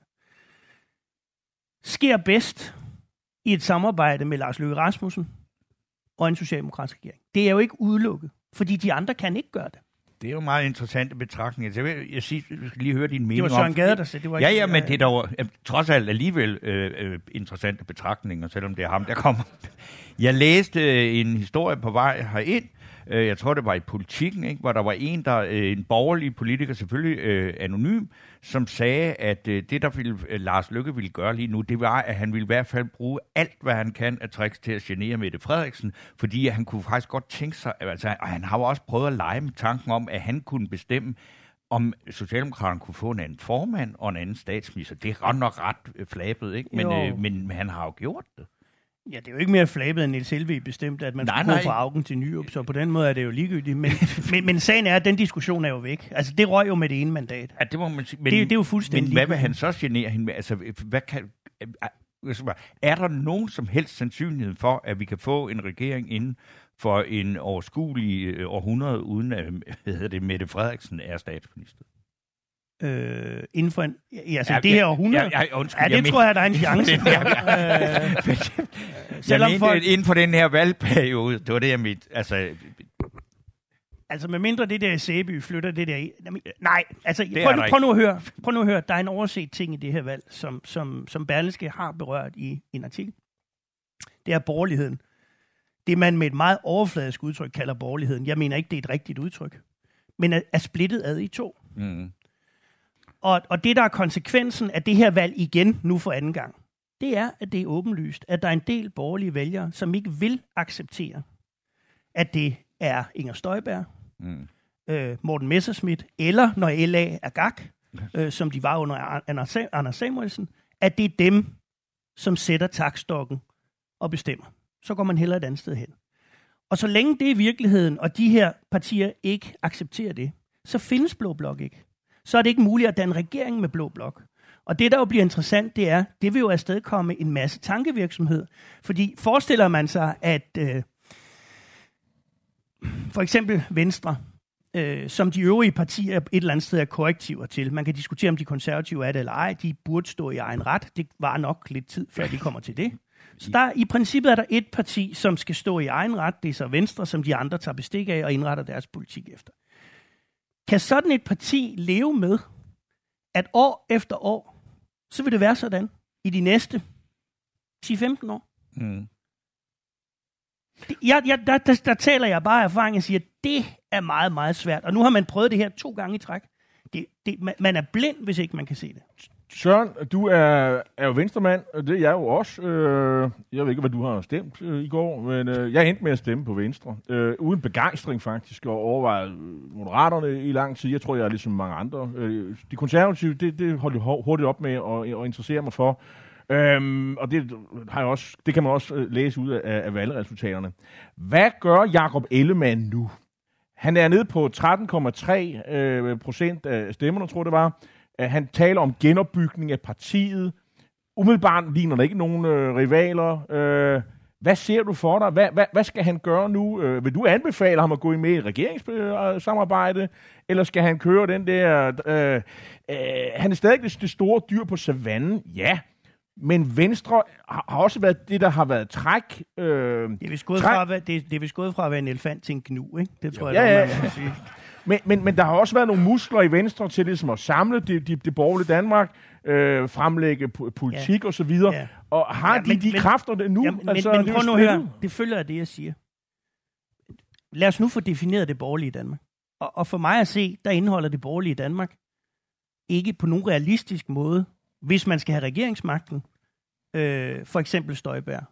sker bedst i et samarbejde med Lars Løkke Rasmussen og en socialdemokratisk regering. Det er jo ikke udelukket, fordi de andre kan ikke gøre det. Det er jo meget interessante betragtninger. Jeg skal lige høre din mening om... Det var Søren Gade, der sagde, det var ikke... Ja, men det er dog trods alt alligevel interessante betragtninger, selvom det er ham, der kommer. Jeg læste en historie på vej herind. Jeg tror, det var i Politikken, ikke? Hvor der var en borgerlig politiker, selvfølgelig anonym, som sagde, at det, der Lars Løkke ville gøre lige nu, det var, at han ville i hvert fald bruge alt, hvad han kan af tricks til at genere Mette Frederiksen, fordi han kunne faktisk godt tænke sig, altså, og han har jo også prøvet at lege med tanken om, at han kunne bestemme, om Socialdemokraterne kunne få en anden formand og en anden statsminister. Det er nok ret flabet, ikke? Men han har jo gjort det. Ja, det er jo ikke mere flabet end Niels Helveg bestemt, at man går fra Augen til Nyrup, så på den måde er det jo ligegyldigt. Men sagen er, at den diskussion er jo væk. Altså, det røg jo med det ene mandat. Ja, det må man sige. Det er jo fuldstændig Men hvad vil han så genere hende med? Altså, er der nogen som helst sandsynlighed for, at vi kan få en regering inden for en overskuelig århundrede, uden at Mette Frederiksen er statsminister? Inden for det her århundrede? Det tror jeg, der er en chance. Inden for den her valgperiode, det var det, jeg mente. Altså, med mindre det der i Sæby flytter det der... Nej, altså, prøv nu at høre. Der er en overset ting i det her valg, som Berlingske har berørt i en artikel. Det er borgerligheden. Det, man med et meget overfladisk udtryk kalder borgerligheden. Jeg mener ikke, det er et rigtigt udtryk. Men er splittet ad i to. Mm. Og det, der er konsekvensen af det her valg igen, nu for anden gang, det er, at det er åbenlyst, at der er en del borgerlige vælgere, som ikke vil acceptere, at det er Inger Støjberg, Morten Messerschmidt, eller når LA er gak, som de var under Anders Samuelsen, at det er dem, som sætter taktstokken og bestemmer. Så går man hellere et andet sted hen. Og så længe det er virkeligheden, og de her partier ikke accepterer det, så findes Blå Blok ikke. Så er det ikke muligt at danne regering med Blå Blok. Og det, der jo bliver interessant, det vil jo afstedkomme en masse tankevirksomhed. Fordi forestiller man sig, at for eksempel Venstre, som de øvrige partier et eller andet sted er korrektiver til. Man kan diskutere, om de konservative er det eller ej. De burde stå i egen ret. Det var nok lidt tid, før de kommer til det. Så i princippet er der et parti, som skal stå i egen ret. Det er så Venstre, som de andre tager bestik af og indretter deres politik efter. Kan sådan et parti leve med, at år efter år, så vil det være sådan i de næste 10-15 år? Mm. Der taler jeg bare af erfaring og siger, at det er meget, meget svært. Og nu har man prøvet det her 2 gange i træk. Man er blind, hvis ikke man kan se det. Søren, du er jo venstremand, og det er jeg jo også. Jeg ved ikke, hvad du har stemt i går, men jeg endte med at stemme på Venstre. Uden begejstring faktisk, og overvejede Moderaterne i lang tid. Jeg tror, jeg er ligesom mange andre. De konservative, det holdt jeg hurtigt op med at interessere mig for. Og det kan man også læse ud af valgresultaterne. Hvad gør Jakob Ellemann nu? Han er nede på 13,3% af stemmerne, tror det var. Han taler om genopbygning af partiet. Umiddelbart ligner der ikke nogen rivaler. Hvad ser du for dig? Hvad skal han gøre nu? Vil du anbefale ham at gå med i regeringssamarbejde? Eller skal han køre den der... han er stadig det store dyr på savannen, ja. Men Venstre har også været det, der har været træk. Det er vist gået fra at være en elefant til en gnu, ikke? Det tror jeg, man kan sige. Men der har også været nogle muskler i Venstre til ligesom at samle det borgerlige Danmark, fremlægge politik og så videre. Ja. Og har de kræfter nu? Men prøv nu at høre, det følger af det, jeg siger. Lad os nu få defineret det borgerlige Danmark. Og for mig at se, der indeholder det borgerlige Danmark ikke på nogen realistisk måde, hvis man skal have regeringsmagten, for eksempel Støjberg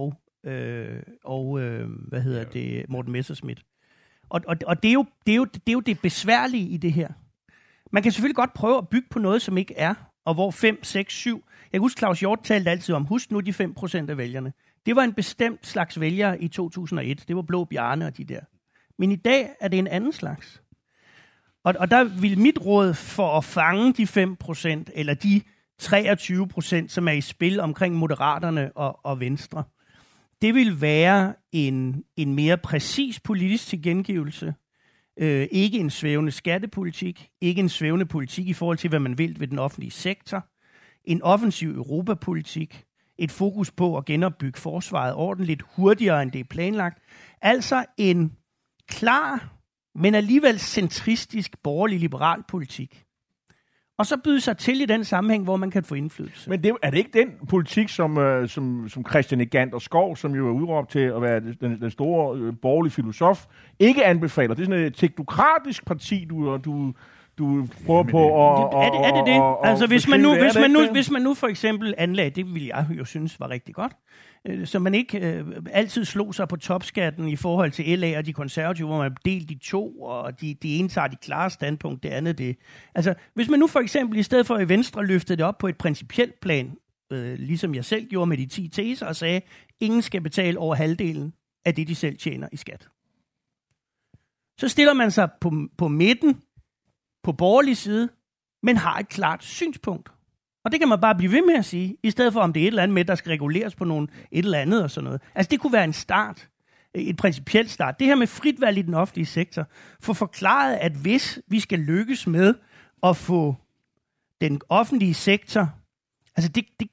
og Morten Messerschmidt. Og det er jo det besværlige i det her. Man kan selvfølgelig godt prøve at bygge på noget, som ikke er, og hvor 5, 6, 7... Jeg kan huske, Claus Hjort talte altid om, husk nu de 5% af vælgerne. Det var en bestemt slags vælgere i 2001. Det var Blå Bjarne og de der. Men i dag er det en anden slags. Og der vil mit råd for at fange de 5%, eller de 23%, som er i spil omkring Moderaterne og Venstre, det vil være en mere præcis politisk tilgengivelse. Ikke en svævende skattepolitik, ikke en svævende politik i forhold til, hvad man vil ved den offentlige sektor, en offensiv europapolitik, et fokus på at genopbygge forsvaret ordentligt, hurtigere end det er planlagt. Altså en klar, men alligevel centristisk, borgerlig-liberal politik. Og så byde sig til i den sammenhæng, hvor man kan få indflydelse. Men er det ikke den politik, som Christian Egander Skov, som jo er udråbt til at være den store borgerlige filosof, ikke anbefaler? Det er sådan et teknokratisk parti, du prøver på at... Er det det? Altså, hvis man nu for eksempel anlagde, det ville jeg jo synes var rigtig godt, så man ikke altid slog sig på topskatten i forhold til LA og de konservative, hvor man delt de to, og de ene tager de klare standpunkt, det andet det. Altså, hvis man nu for eksempel i stedet for i Venstre løftede det op på et principielt plan, ligesom jeg selv gjorde med de 10 teser, og sagde, ingen skal betale over halvdelen af det, de selv tjener i skat. Så stiller man sig på midten, på borgerlig side, men har et klart synspunkt. Og det kan man bare blive ved med at sige, i stedet for om det er et eller andet med, der skal reguleres på et eller andet og sådan noget. Altså det kunne være en start, et principielt start. Det her med frit valg i den offentlige sektor, for forklaret, at hvis vi skal lykkes med at få den offentlige sektor, altså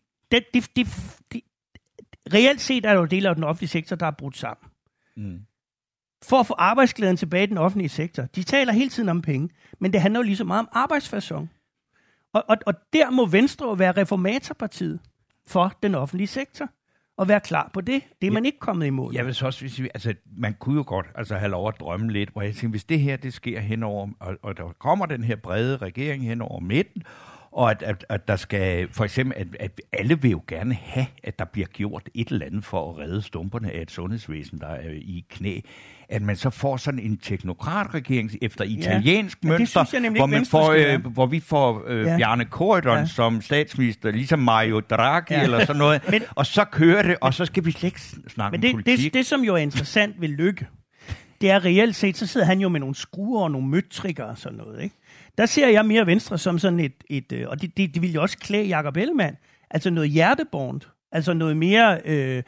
reelt set er der jo dele af den offentlige sektor, der er brudt sammen. Mm. For at få arbejdsglæden tilbage i den offentlige sektor. De taler hele tiden om penge, men det handler jo lige så meget om arbejdsfacon. Og der må Venstre jo være reformatorpartiet for den offentlige sektor, og være klar på det. Det er man ikke kommet i mål. Jeg vil så også, man kunne jo godt have lov at drømme lidt, hvor jeg tænker, hvis det her, det sker henover, og der kommer den her brede regering henover midten, og at der skal, for eksempel, at alle vil jo gerne have, at der bliver gjort et eller andet for at redde stumperne af et sundhedsvæsen, der er i knæ. At man så får sådan en teknokratregering efter italiensk mønster, hvor vi får Bjarne Corydon som statsminister, ligesom Mario Draghi eller sådan noget, og så kører det, og så skal vi slet ikke snakke om politik. Det, som jo er interessant ved Løkke, det er reelt set, så sidder han jo med nogle skruer og nogle møtrikker og sådan noget, ikke? Der ser jeg mere Venstre som sådan og det vil jo også klæde Jakob Ellemann, altså noget hjertebårent, altså noget mere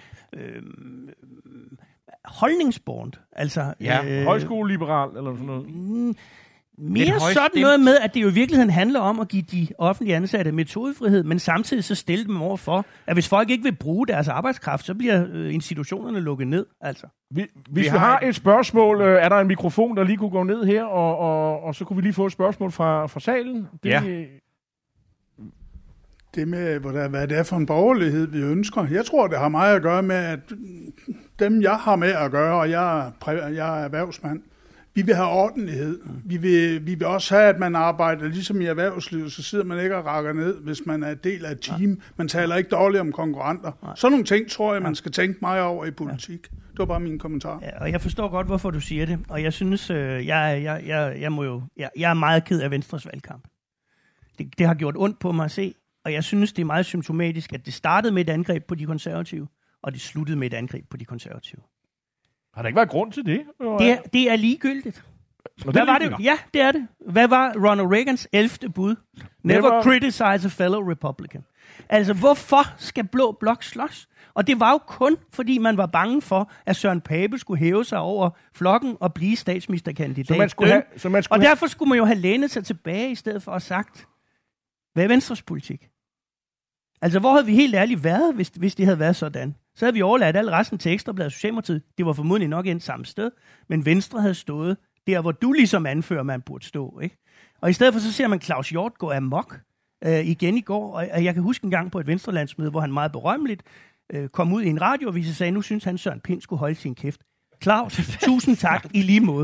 holdningsbårent. Altså, højskoleliberal eller sådan noget. Mere sådan noget med, at det jo i virkeligheden handler om at give de offentlige ansatte metodefrihed, men samtidig så stille dem over for, at hvis folk ikke vil bruge deres arbejdskraft, så bliver institutionerne lukket ned. Altså. Hvis vi har et spørgsmål, er der en mikrofon, der lige kunne gå ned her, og så kunne vi lige få et spørgsmål fra salen. Det med, hvad det er for en borgerlighed, vi ønsker. Jeg tror, det har meget at gøre med, at dem, jeg har med at gøre, og jeg er erhvervsmand, vi vil have ordentlighed. Vi vil også have, at man arbejder ligesom i erhvervslivet, så sidder man ikke og rakker ned, hvis man er del af et team. Man taler ikke dårligt om konkurrenter. Sådan nogle ting, tror jeg, man skal tænke meget over i politik. Det var bare min kommentar. Ja, og jeg forstår godt, hvorfor du siger det. Og jeg synes, jeg er meget ked af Venstres valgkamp. Det har gjort ondt på mig at se, og jeg synes, det er meget symptomatisk, at det startede med et angreb på de konservative, og det sluttede med et angreb på de konservative. Har der ikke været grund til det? Det er ligegyldigt. Hvad var det? Ja, det er det. Hvad var Ronald Reagans 11. bud? Never criticize a fellow Republican. Altså, hvorfor skal Blå Blok slås? Og det var jo kun, fordi man var bange for, at Søren Pape skulle hæve sig over flokken og blive statsministerkandidat. Og derfor skulle man jo have lænet sig tilbage, i stedet for at have sagt, hvad er Venstres politik? Altså, hvor havde vi helt ærligt været, hvis det havde været sådan? Så havde vi overladt al resten til Ekstrabladet Socialdemokratiet. Det var formodentlig nok endt samme sted. Men Venstre havde stået der, hvor du ligesom anfører, man burde stå. Ikke? Og i stedet for, så ser man Claus Hjort gå amok igen i går. Og jeg kan huske en gang på et Venstrelandsmøde, hvor han meget berømmeligt kom ud i en radioavis og sagde, nu synes han, Søren Pind skulle holde sin kæft. Claus, tusind tak i lige måde.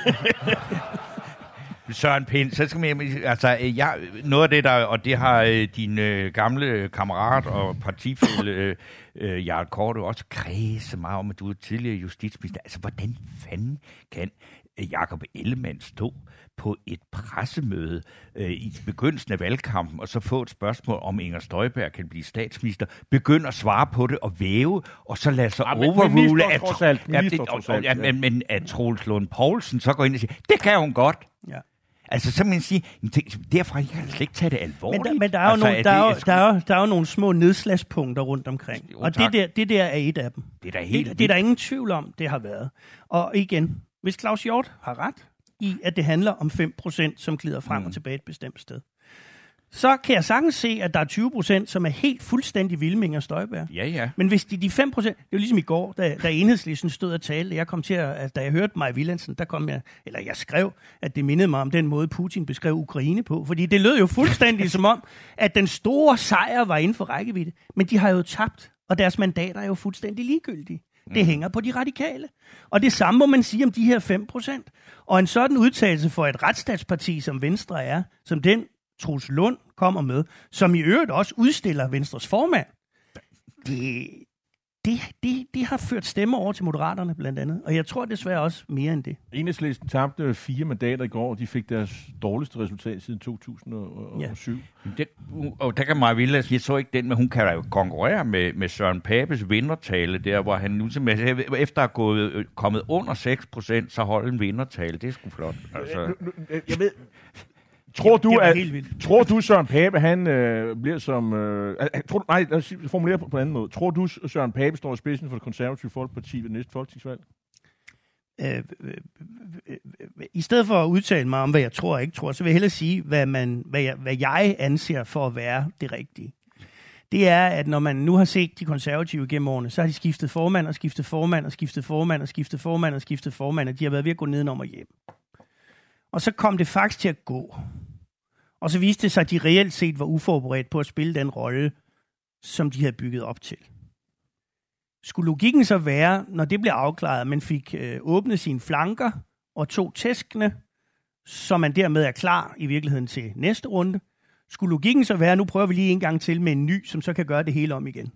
Søren Pind, så skal man, noget af det der, og det har din gamle kammerat og partifælle Jarl Korto også kredset meget om, at du er tidligere justitsminister. Altså, hvordan fanden kan Jakob Ellemann stå på et pressemøde i begyndelsen af valgkampen, og så få et spørgsmål om Inger Støjberg kan blive statsminister, begynde at svare på det og væve, og så lade sig overrule at Troels Lund Poulsen så går ind og siger, det kan hun godt. Ja. Altså, så man sige, derfra kan jeg slet ikke tage det alvorligt. Men der er jo nogle små nedslagspunkter rundt omkring. Og det der er et af dem. Det er der ingen tvivl om, det har været. Og igen, hvis Claus Hjort har ret i, at det handler om 5%, som glider frem og tilbage et bestemt sted, så kan jeg sagtens se, at der er 20%, som er helt fuldstændig vilde med Inger Støjberg. Ja. Men hvis de 5%, det er jo ligesom i går, da Enhedslisten stod og talte, jeg kom til at, da jeg hørte Maja Villadsen, jeg skrev, at det mindede mig om den måde, Putin beskrev Ukraine på. Fordi det lød jo fuldstændig som om, at den store sejr var inden for rækkevidde. Men de har jo tabt, og deres mandater er jo fuldstændig ligegyldige. Det hænger på de radikale. Og det samme må man sige om de her 5%. Og en sådan udtalelse for et retsstatsparti, som Venstre er, som den Troels Lund kommer med, som i øvrigt også udstiller Venstres formand, det har ført stemmer over til Moderaterne blandt andet. Og jeg tror desværre også mere end det. Enhedslisten tabte 4 mandater i går, og de fik deres dårligste resultat siden 2007. Ja. Og der kan Maja Villadsen, jeg så ikke den, men hun kan da jo konkurrere med Søren Papes vindertale der, hvor han nu efter at have kommet under 6%, så holdt en vindertale. Det er sgu flot. Altså. Jeg ved... Tror du, Søren Pape, han bliver som... lad os formulere på en anden måde. Tror du, Søren Pape står i spidsen for det konservative folkeparti ved næste folketingsvalg? I stedet for at udtale mig om, hvad jeg tror og ikke tror, så vil jeg hellere sige, hvad jeg anser for at være det rigtige. Det er, at når man nu har set de konservative gennem årene, så har de skiftet formand og skiftet formand og skiftet formand og skiftet formand og skiftet formand, og de har været ved at gå nedenom og hjem. Og så kom det faktisk til at gå. Og så viste det sig, at de reelt set var uforberedt på at spille den rolle, som de havde bygget op til. Skulle logikken så være, når det blev afklaret, at man fik åbnet sine flanker og tog tæskene, så man dermed er klar i virkeligheden til næste runde, skulle logikken så være, at nu prøver vi lige en gang til med en ny, som så kan gøre det hele om igen.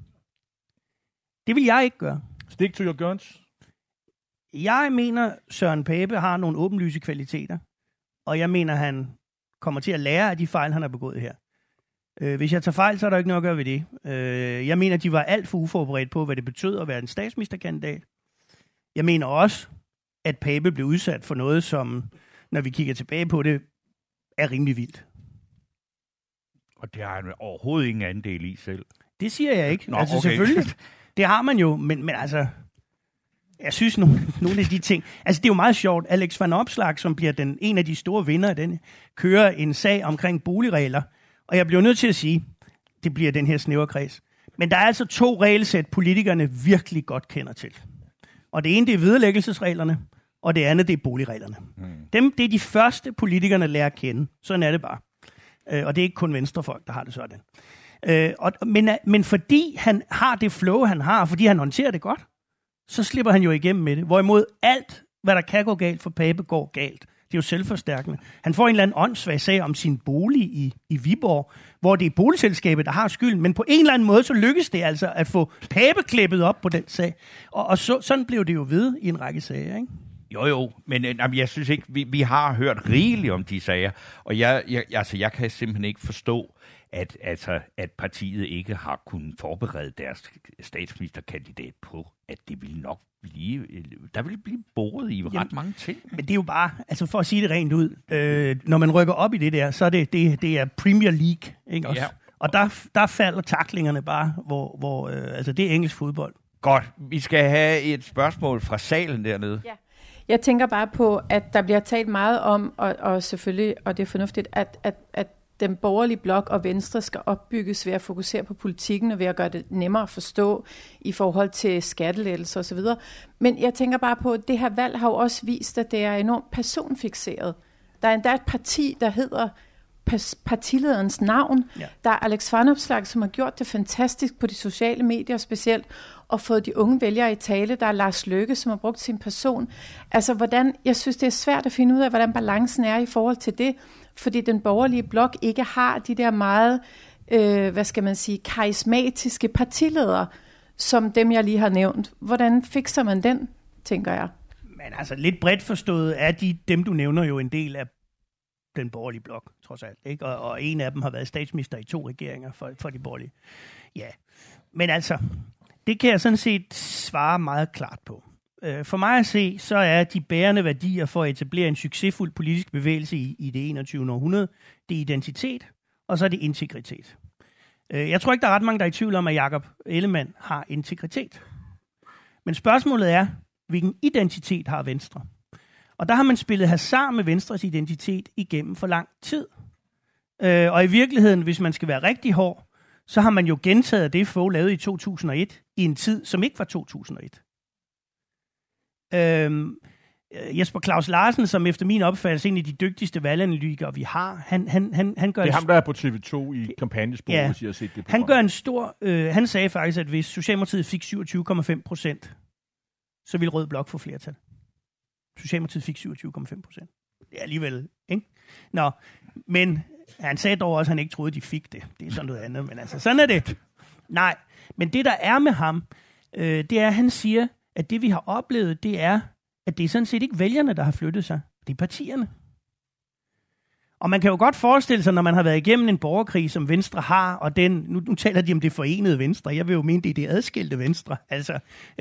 Det vil jeg ikke gøre. Stick to your guns. Jeg mener, Søren Pape har nogle åbenlyse kvaliteter, og jeg mener, han kommer til at lære af de fejl, han har begået her. Hvis jeg tager fejl, så er der ikke noget at gøre ved det. Jeg mener, de var alt for uforberedt på, hvad det betød at være en statsministerkandidat. Jeg mener også, at Pape blev udsat for noget, som, når vi kigger tilbage på det, er rimelig vildt. Og det har han overhovedet ingen andel i selv. Det siger jeg ikke. Nå, altså okay. Selvfølgelig. Det har man jo, men altså... Jeg synes, nogle af de ting... Altså, det er jo meget sjovt. Alex Van Opslark, som bliver en af de store vinder af den, kører en sag omkring boligregler. Og jeg bliver nødt til at sige, det bliver den her snæverkreds. Men der er altså 2 regelsæt, politikerne virkelig godt kender til. Og det ene, det er vederlæggelsesreglerne, og det andet, det er boligreglerne. Det er de første, politikerne lærer at kende. Sådan er det bare. Og det er ikke kun venstrefolk, der har det sådan. Men fordi han har det flow, han har, fordi han håndterer det godt, så slipper han jo igennem med det. Hvorimod alt, hvad der kan gå galt for Pape, går galt. Det er jo selvforstærkende. Han får en eller anden åndssvag sag om sin bolig i Viborg, hvor det er boligselskabet, der har skylden. Men på en eller anden måde, så lykkes det altså at få Pape klippet op på den sag. Og sådan blev det jo ved i en række sager, ikke? Jo, men jeg synes ikke, vi har hørt rigeligt om de sager. Og jeg kan simpelthen ikke forstå, at partiet ikke har kunnet forberede deres statsministerkandidat på, at det ville nok der ville blive boret i ret mange ting. Men det er jo bare, altså for at sige det rent ud, når man rykker op i det der, så er det er Premier League, ikke også? Ja. Og der falder taklingerne bare, hvor altså det er engelsk fodbold. Godt, vi skal have et spørgsmål fra salen dernede. Ja. Jeg tænker bare på, at der bliver talt meget om, og selvfølgelig, og det er fornuftigt, at den borgerlige blok og Venstre skal opbygges ved at fokusere på politikken og ved at gøre det nemmere at forstå i forhold til skattelettelser osv. Men jeg tænker bare på, at det her valg har jo også vist, at det er enormt personfikseret. Der er endda et parti, der hedder partilederens navn. Ja. Der er Alex Van Opslark, som har gjort det fantastisk på de sociale medier specielt, og fået de unge vælgere i tale. Der er Lars Løkke, som har brugt sin person. Altså, jeg synes, det er svært at finde ud af, hvordan balancen er i forhold til det, fordi den borgerlige blok ikke har de der meget, karismatiske partiledere, som dem, jeg lige har nævnt. Hvordan fikser man den, tænker jeg? Men altså, lidt bredt forstået er dem, du nævner, jo en del af den borgerlige blok, trods alt. Ikke? Og en af dem har været statsminister i 2 regeringer for de borgerlige. Ja, men altså, det kan jeg sådan set svare meget klart på. For mig at se, så er de bærende værdier for at etablere en succesfuld politisk bevægelse i det 21. århundrede, det er identitet, og så er det integritet. Jeg tror ikke, der er ret mange, der er i tvivl om, at Jakob Ellemann har integritet. Men spørgsmålet er, hvilken identitet har Venstre? Og der har man spillet hasard med Venstres identitet igennem for lang tid. Og i virkeligheden, hvis man skal være rigtig hård, så har man jo gentaget det Fogh lavede i 2001, i en tid, som ikke var 2001. Jesper Claus Larsen, som efter min opfattelse er en af de dygtigste valganalytikere, vi har, han gør... Det er ham, der er på TV2 i kampagnesporet, ja, hvis I har set det program. Han gør en stor... han sagde faktisk, at hvis Socialdemokratiet fik 27,5%, så ville Rød Blok få flertal. Socialdemokratiet fik 27,5%. Det er alligevel, ikke? Nå, men han sagde dog også, at han ikke troede, de fik det. Det er sådan noget andet, men altså, sådan er det. Nej, men det, der er med ham, det er, at han siger, at det, vi har oplevet, det er, at det er sådan set ikke vælgerne, der har flyttet sig. Det er partierne. Og man kan jo godt forestille sig, når man har været igennem en borgerkrig, som Venstre har, og nu taler de om det forenede Venstre. Jeg vil jo mene, det er det adskilte Venstre. Altså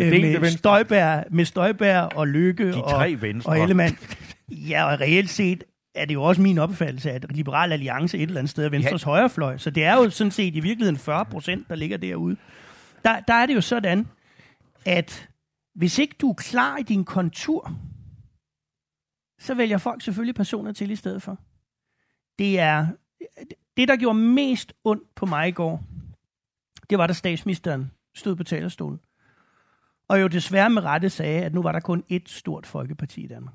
med Støjberg og Løkke og Ellemann. Ja, og reelt set er det jo også min opfattelse, at Liberal Alliance et eller andet sted er Venstres højrefløj. Så det er jo sådan set i virkeligheden 40%, der ligger derude. Der er det jo sådan, at hvis ikke du er klar i din kontur, så vælger folk selvfølgelig personer til i stedet for. Det er det, der gjorde mest ondt på mig i går. Det var, da statsministeren stod på talerstolen. Og jo desværre med rette sagde, at nu var der kun ét stort folkeparti i Danmark.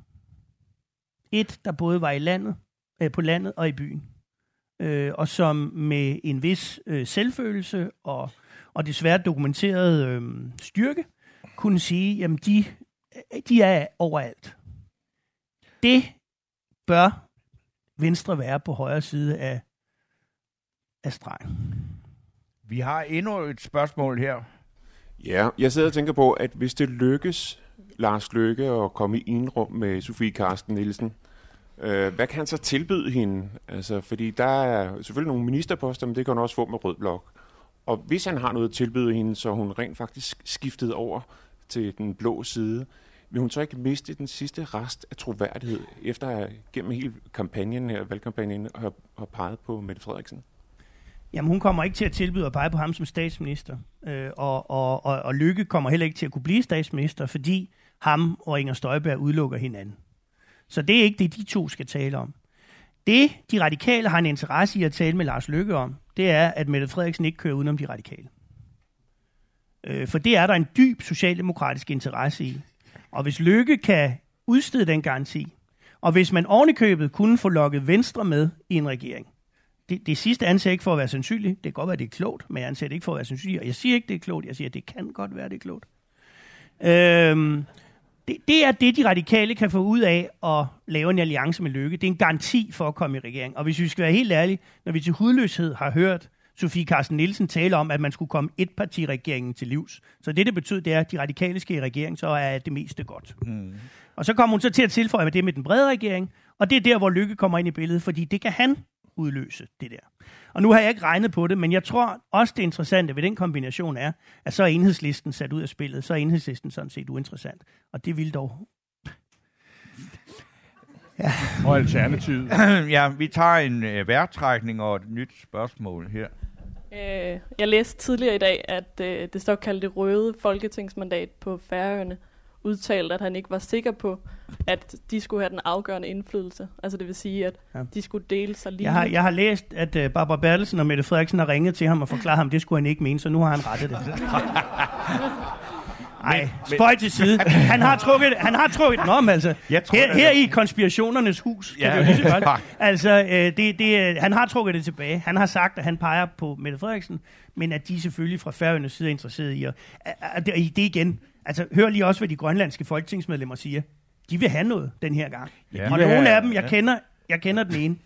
Et, der både var i landet, på landet og i byen. Og som med en vis selvfølelse og desværre dokumenteret styrke, kunne sige, jamen de er overalt. Det bør Venstre være på højre side af stregen. Vi har endnu et spørgsmål her. Ja, jeg sidder og tænker på, at hvis det lykkes Lars Løkke at komme i enrum med Sofie Carsten Nielsen, hvad kan han så tilbyde hende? Altså, fordi der er selvfølgelig nogle ministerposter, men det kan han også få med Rød Blok. Og hvis han har noget at tilbyde hende, så hun rent faktisk skiftet over til den blå side, vil hun så ikke miste den sidste rest af troværdighed, efter at gennem hele kampagnen her, valgkampagnen, har peget på Mette Frederiksen? Jamen, hun kommer ikke til at tilbyde at pege på ham som statsminister. Og Løkke kommer heller ikke til at kunne blive statsminister, fordi ham og Inger Støjberg udelukker hinanden. Så det er ikke det, de to skal tale om. Det, de radikale har en interesse i at tale med Lars Løkke om, det er, at Mette Frederiksen ikke kører udenom de radikale. For det er der en dyb socialdemokratisk interesse i. Og hvis Løkke kan udstede den garanti, og hvis man ovenikøbet kunne få lukket Venstre med i en regering, det sidste anser jeg ikke for at være sandsynligt. Det kan godt være, det er klogt, men jeg anser det ikke for at være sandsynligt. Og jeg siger ikke, det er klogt. Jeg siger, det kan godt være, det er klogt. Det er det, de radikale kan få ud af at lave en alliance med Løkke. Det er en garanti for at komme i regering. Og hvis vi skal være helt ærlige, når vi til hudløshed har hørt Sofie Carsten Nielsen tale om, at man skulle komme etpartiregeringen til livs. Så det betyder, det er, at de radikale skal i regering, så er det meste godt. Og så kommer hun så til at tilføje med det med den brede regering, og det er der, hvor Løkke kommer ind i billedet, fordi det kan han udløse, det der. Og nu har jeg ikke regnet på det, men jeg tror også, det interessante ved den kombination er, at så er Enhedslisten sat ud af spillet, så er Enhedslisten sådan set uinteressant. Og det vil dog... Ja. Og alternativet. Ja, vi tager en vejrtrækning og et nyt spørgsmål her. Jeg læste tidligere i dag, at det såkaldte røde folketingsmandat på Færøerne udtalte, at han ikke var sikker på, at de skulle have den afgørende indflydelse. Altså det vil sige, at de skulle dele sig lige. Jeg har læst, at Barbara Bertelsen og Mette Frederiksen har ringet til ham og forklaret ham, at det skulle han ikke mene, så nu har han rettet det. Nej, spøj til side. Han har trukket den om, altså. Her i konspirationernes hus, kan det jo lige så godt. Altså, han har trukket det tilbage. Han har sagt, at han peger på Mette Frederiksen, men at de selvfølgelig fra Færøernes side er interesseret i. Det igen, altså, hør lige også, hvad de grønlandske folketingsmedlemmer siger. De vil have noget den her gang. Ja, og nogle af dem, jeg kender den ene.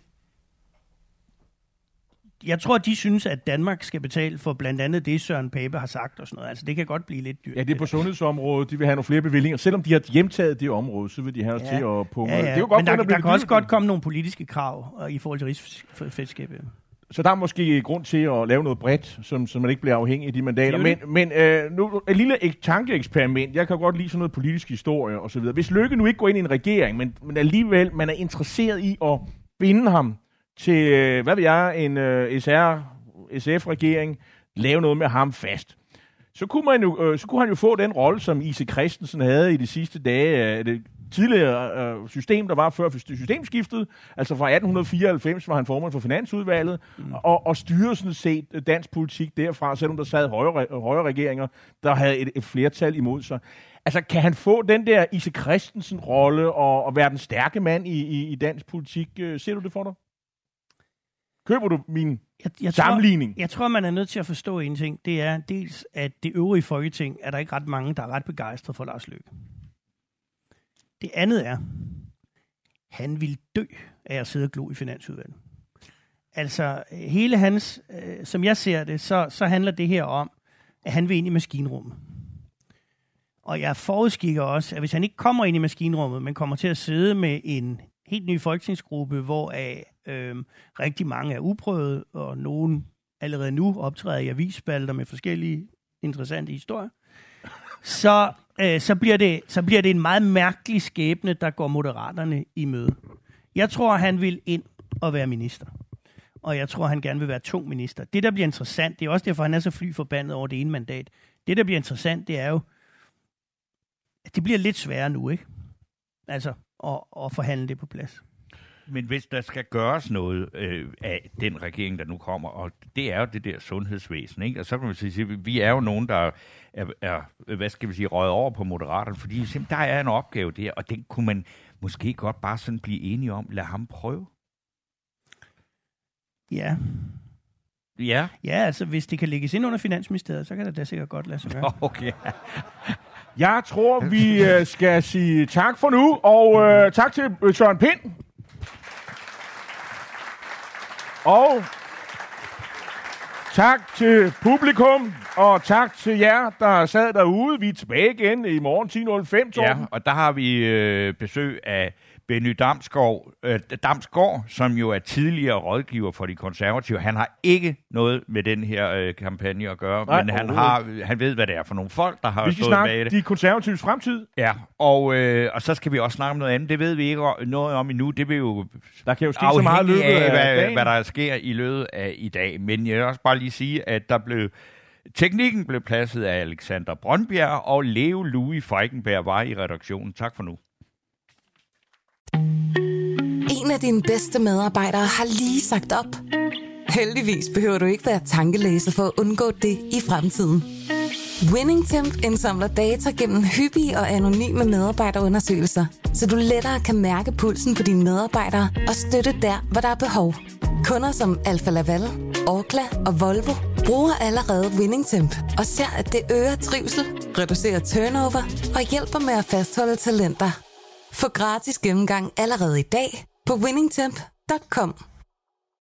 Jeg tror, de synes, at Danmark skal betale for blandt andet det, Søren Pape har sagt og sådan noget. Altså, det kan godt blive lidt dyrt. Ja, det er på sundhedsområdet. De vil have nogle flere bevillinger. Selvom de har hjemtaget det område, så vil de have os til at punge. Ja. Det er jo godt, men der kan også godt komme nogle politiske krav i forhold til rigsfællesskabet. Så der er måske grund til at lave noget bredt, så man ikke bliver afhængig af de mandater. Men nu et lille tankeeksperiment. Jeg kan godt lide sådan noget politisk historie og så videre. Hvis Løkke nu ikke går ind i en regering, men alligevel man er interesseret i at binde ham til, hvad ved jeg, en SF-regering, lave noget med ham fast. Så kunne han jo få den rolle, som I.C. Christensen havde i de sidste dage af det tidligere system, der var før systemskiftet. Altså fra 1894 var han formand for Finansudvalget, og styrede sådan set dansk politik derfra, selvom der sad højre regeringer, der havde et flertal imod sig. Altså, kan han få den der I.C. Christensen-rolle og være den stærke mand i dansk politik? Ser du det for dig? Køber du min sammenligning? Jeg tror, man er nødt til at forstå en ting. Det er dels, at det øvrige Folketing er der ikke ret mange, der er ret begejstret for Lars Løkke. Det andet er, han vil dø af at sidde og glo i Finansudvalget. Altså, hele hans, som jeg ser det, så handler det her om, at han vil ind i maskinrummet. Og jeg forudskikker også, at hvis han ikke kommer ind i maskinrummet, men kommer til at sidde med en helt ny folketingsgruppe, hvoraf rigtig mange er uprøvet, og nogen allerede nu optræder i avisspalter med forskellige interessante historier, så bliver det en meget mærkelig skæbne, der går Moderaterne i møde. Jeg tror, han vil ind og være minister. Og jeg tror, han gerne vil være tung minister. Det, der bliver interessant, det er også derfor, han er så fly forbandet over det ene mandat. Det, der bliver interessant, det er jo, at det bliver lidt sværere nu, ikke? Altså, at forhandle det på plads. Men hvis der skal gøres noget af den regering, der nu kommer, og det er jo det der sundhedsvæsen, ikke? Og så kan man sige, at vi er jo nogen, der er hvad skal vi sige, røget over på Moderaterne, fordi der er en opgave der, og den kunne man måske godt bare sådan blive enige om. Lad ham prøve. Ja. Ja? Ja, altså hvis det kan lægges ind under Finansministeriet, så kan det da sikkert godt lade sig gøre. Okay. Jeg tror, vi skal sige tak for nu, og tak til Søren Pind. Og tak til publikum, og tak til jer, der sad derude. Vi er tilbage igen i morgen 10.05. Ja, og der har vi besøg af Benny Damsgaard, som jo er tidligere rådgiver for de konservative. Han har ikke noget med den her kampagne at gøre, men han ved, hvad det er for nogle folk, der har stået bag det. Vi skal snakke de konservatives fremtid. Ja, og så skal vi også snakke om noget andet. Det ved vi ikke noget om endnu. Det vil jo, der kan jo ske så meget løbet af hvad der sker i løbet af i dag. Men jeg vil også bare lige sige, at teknikken blev pladset af Alexander Brøndbjerg, og Leo Louis Feigenberg var i redaktionen. Tak for nu. En af dine bedste medarbejdere har lige sagt op. Heldigvis behøver du ikke være tankelæser for at undgå det i fremtiden. WinningTemp indsamler data gennem hyppige og anonyme medarbejderundersøgelser, så du lettere kan mærke pulsen på dine medarbejdere og støtte der, hvor der er behov. Kunder som Alfa Laval, Orkla og Volvo bruger allerede WinningTemp og ser, at det øger trivsel, reducerer turnover og hjælper med at fastholde talenter. Få gratis gennemgang allerede i dag på winningtemp.com.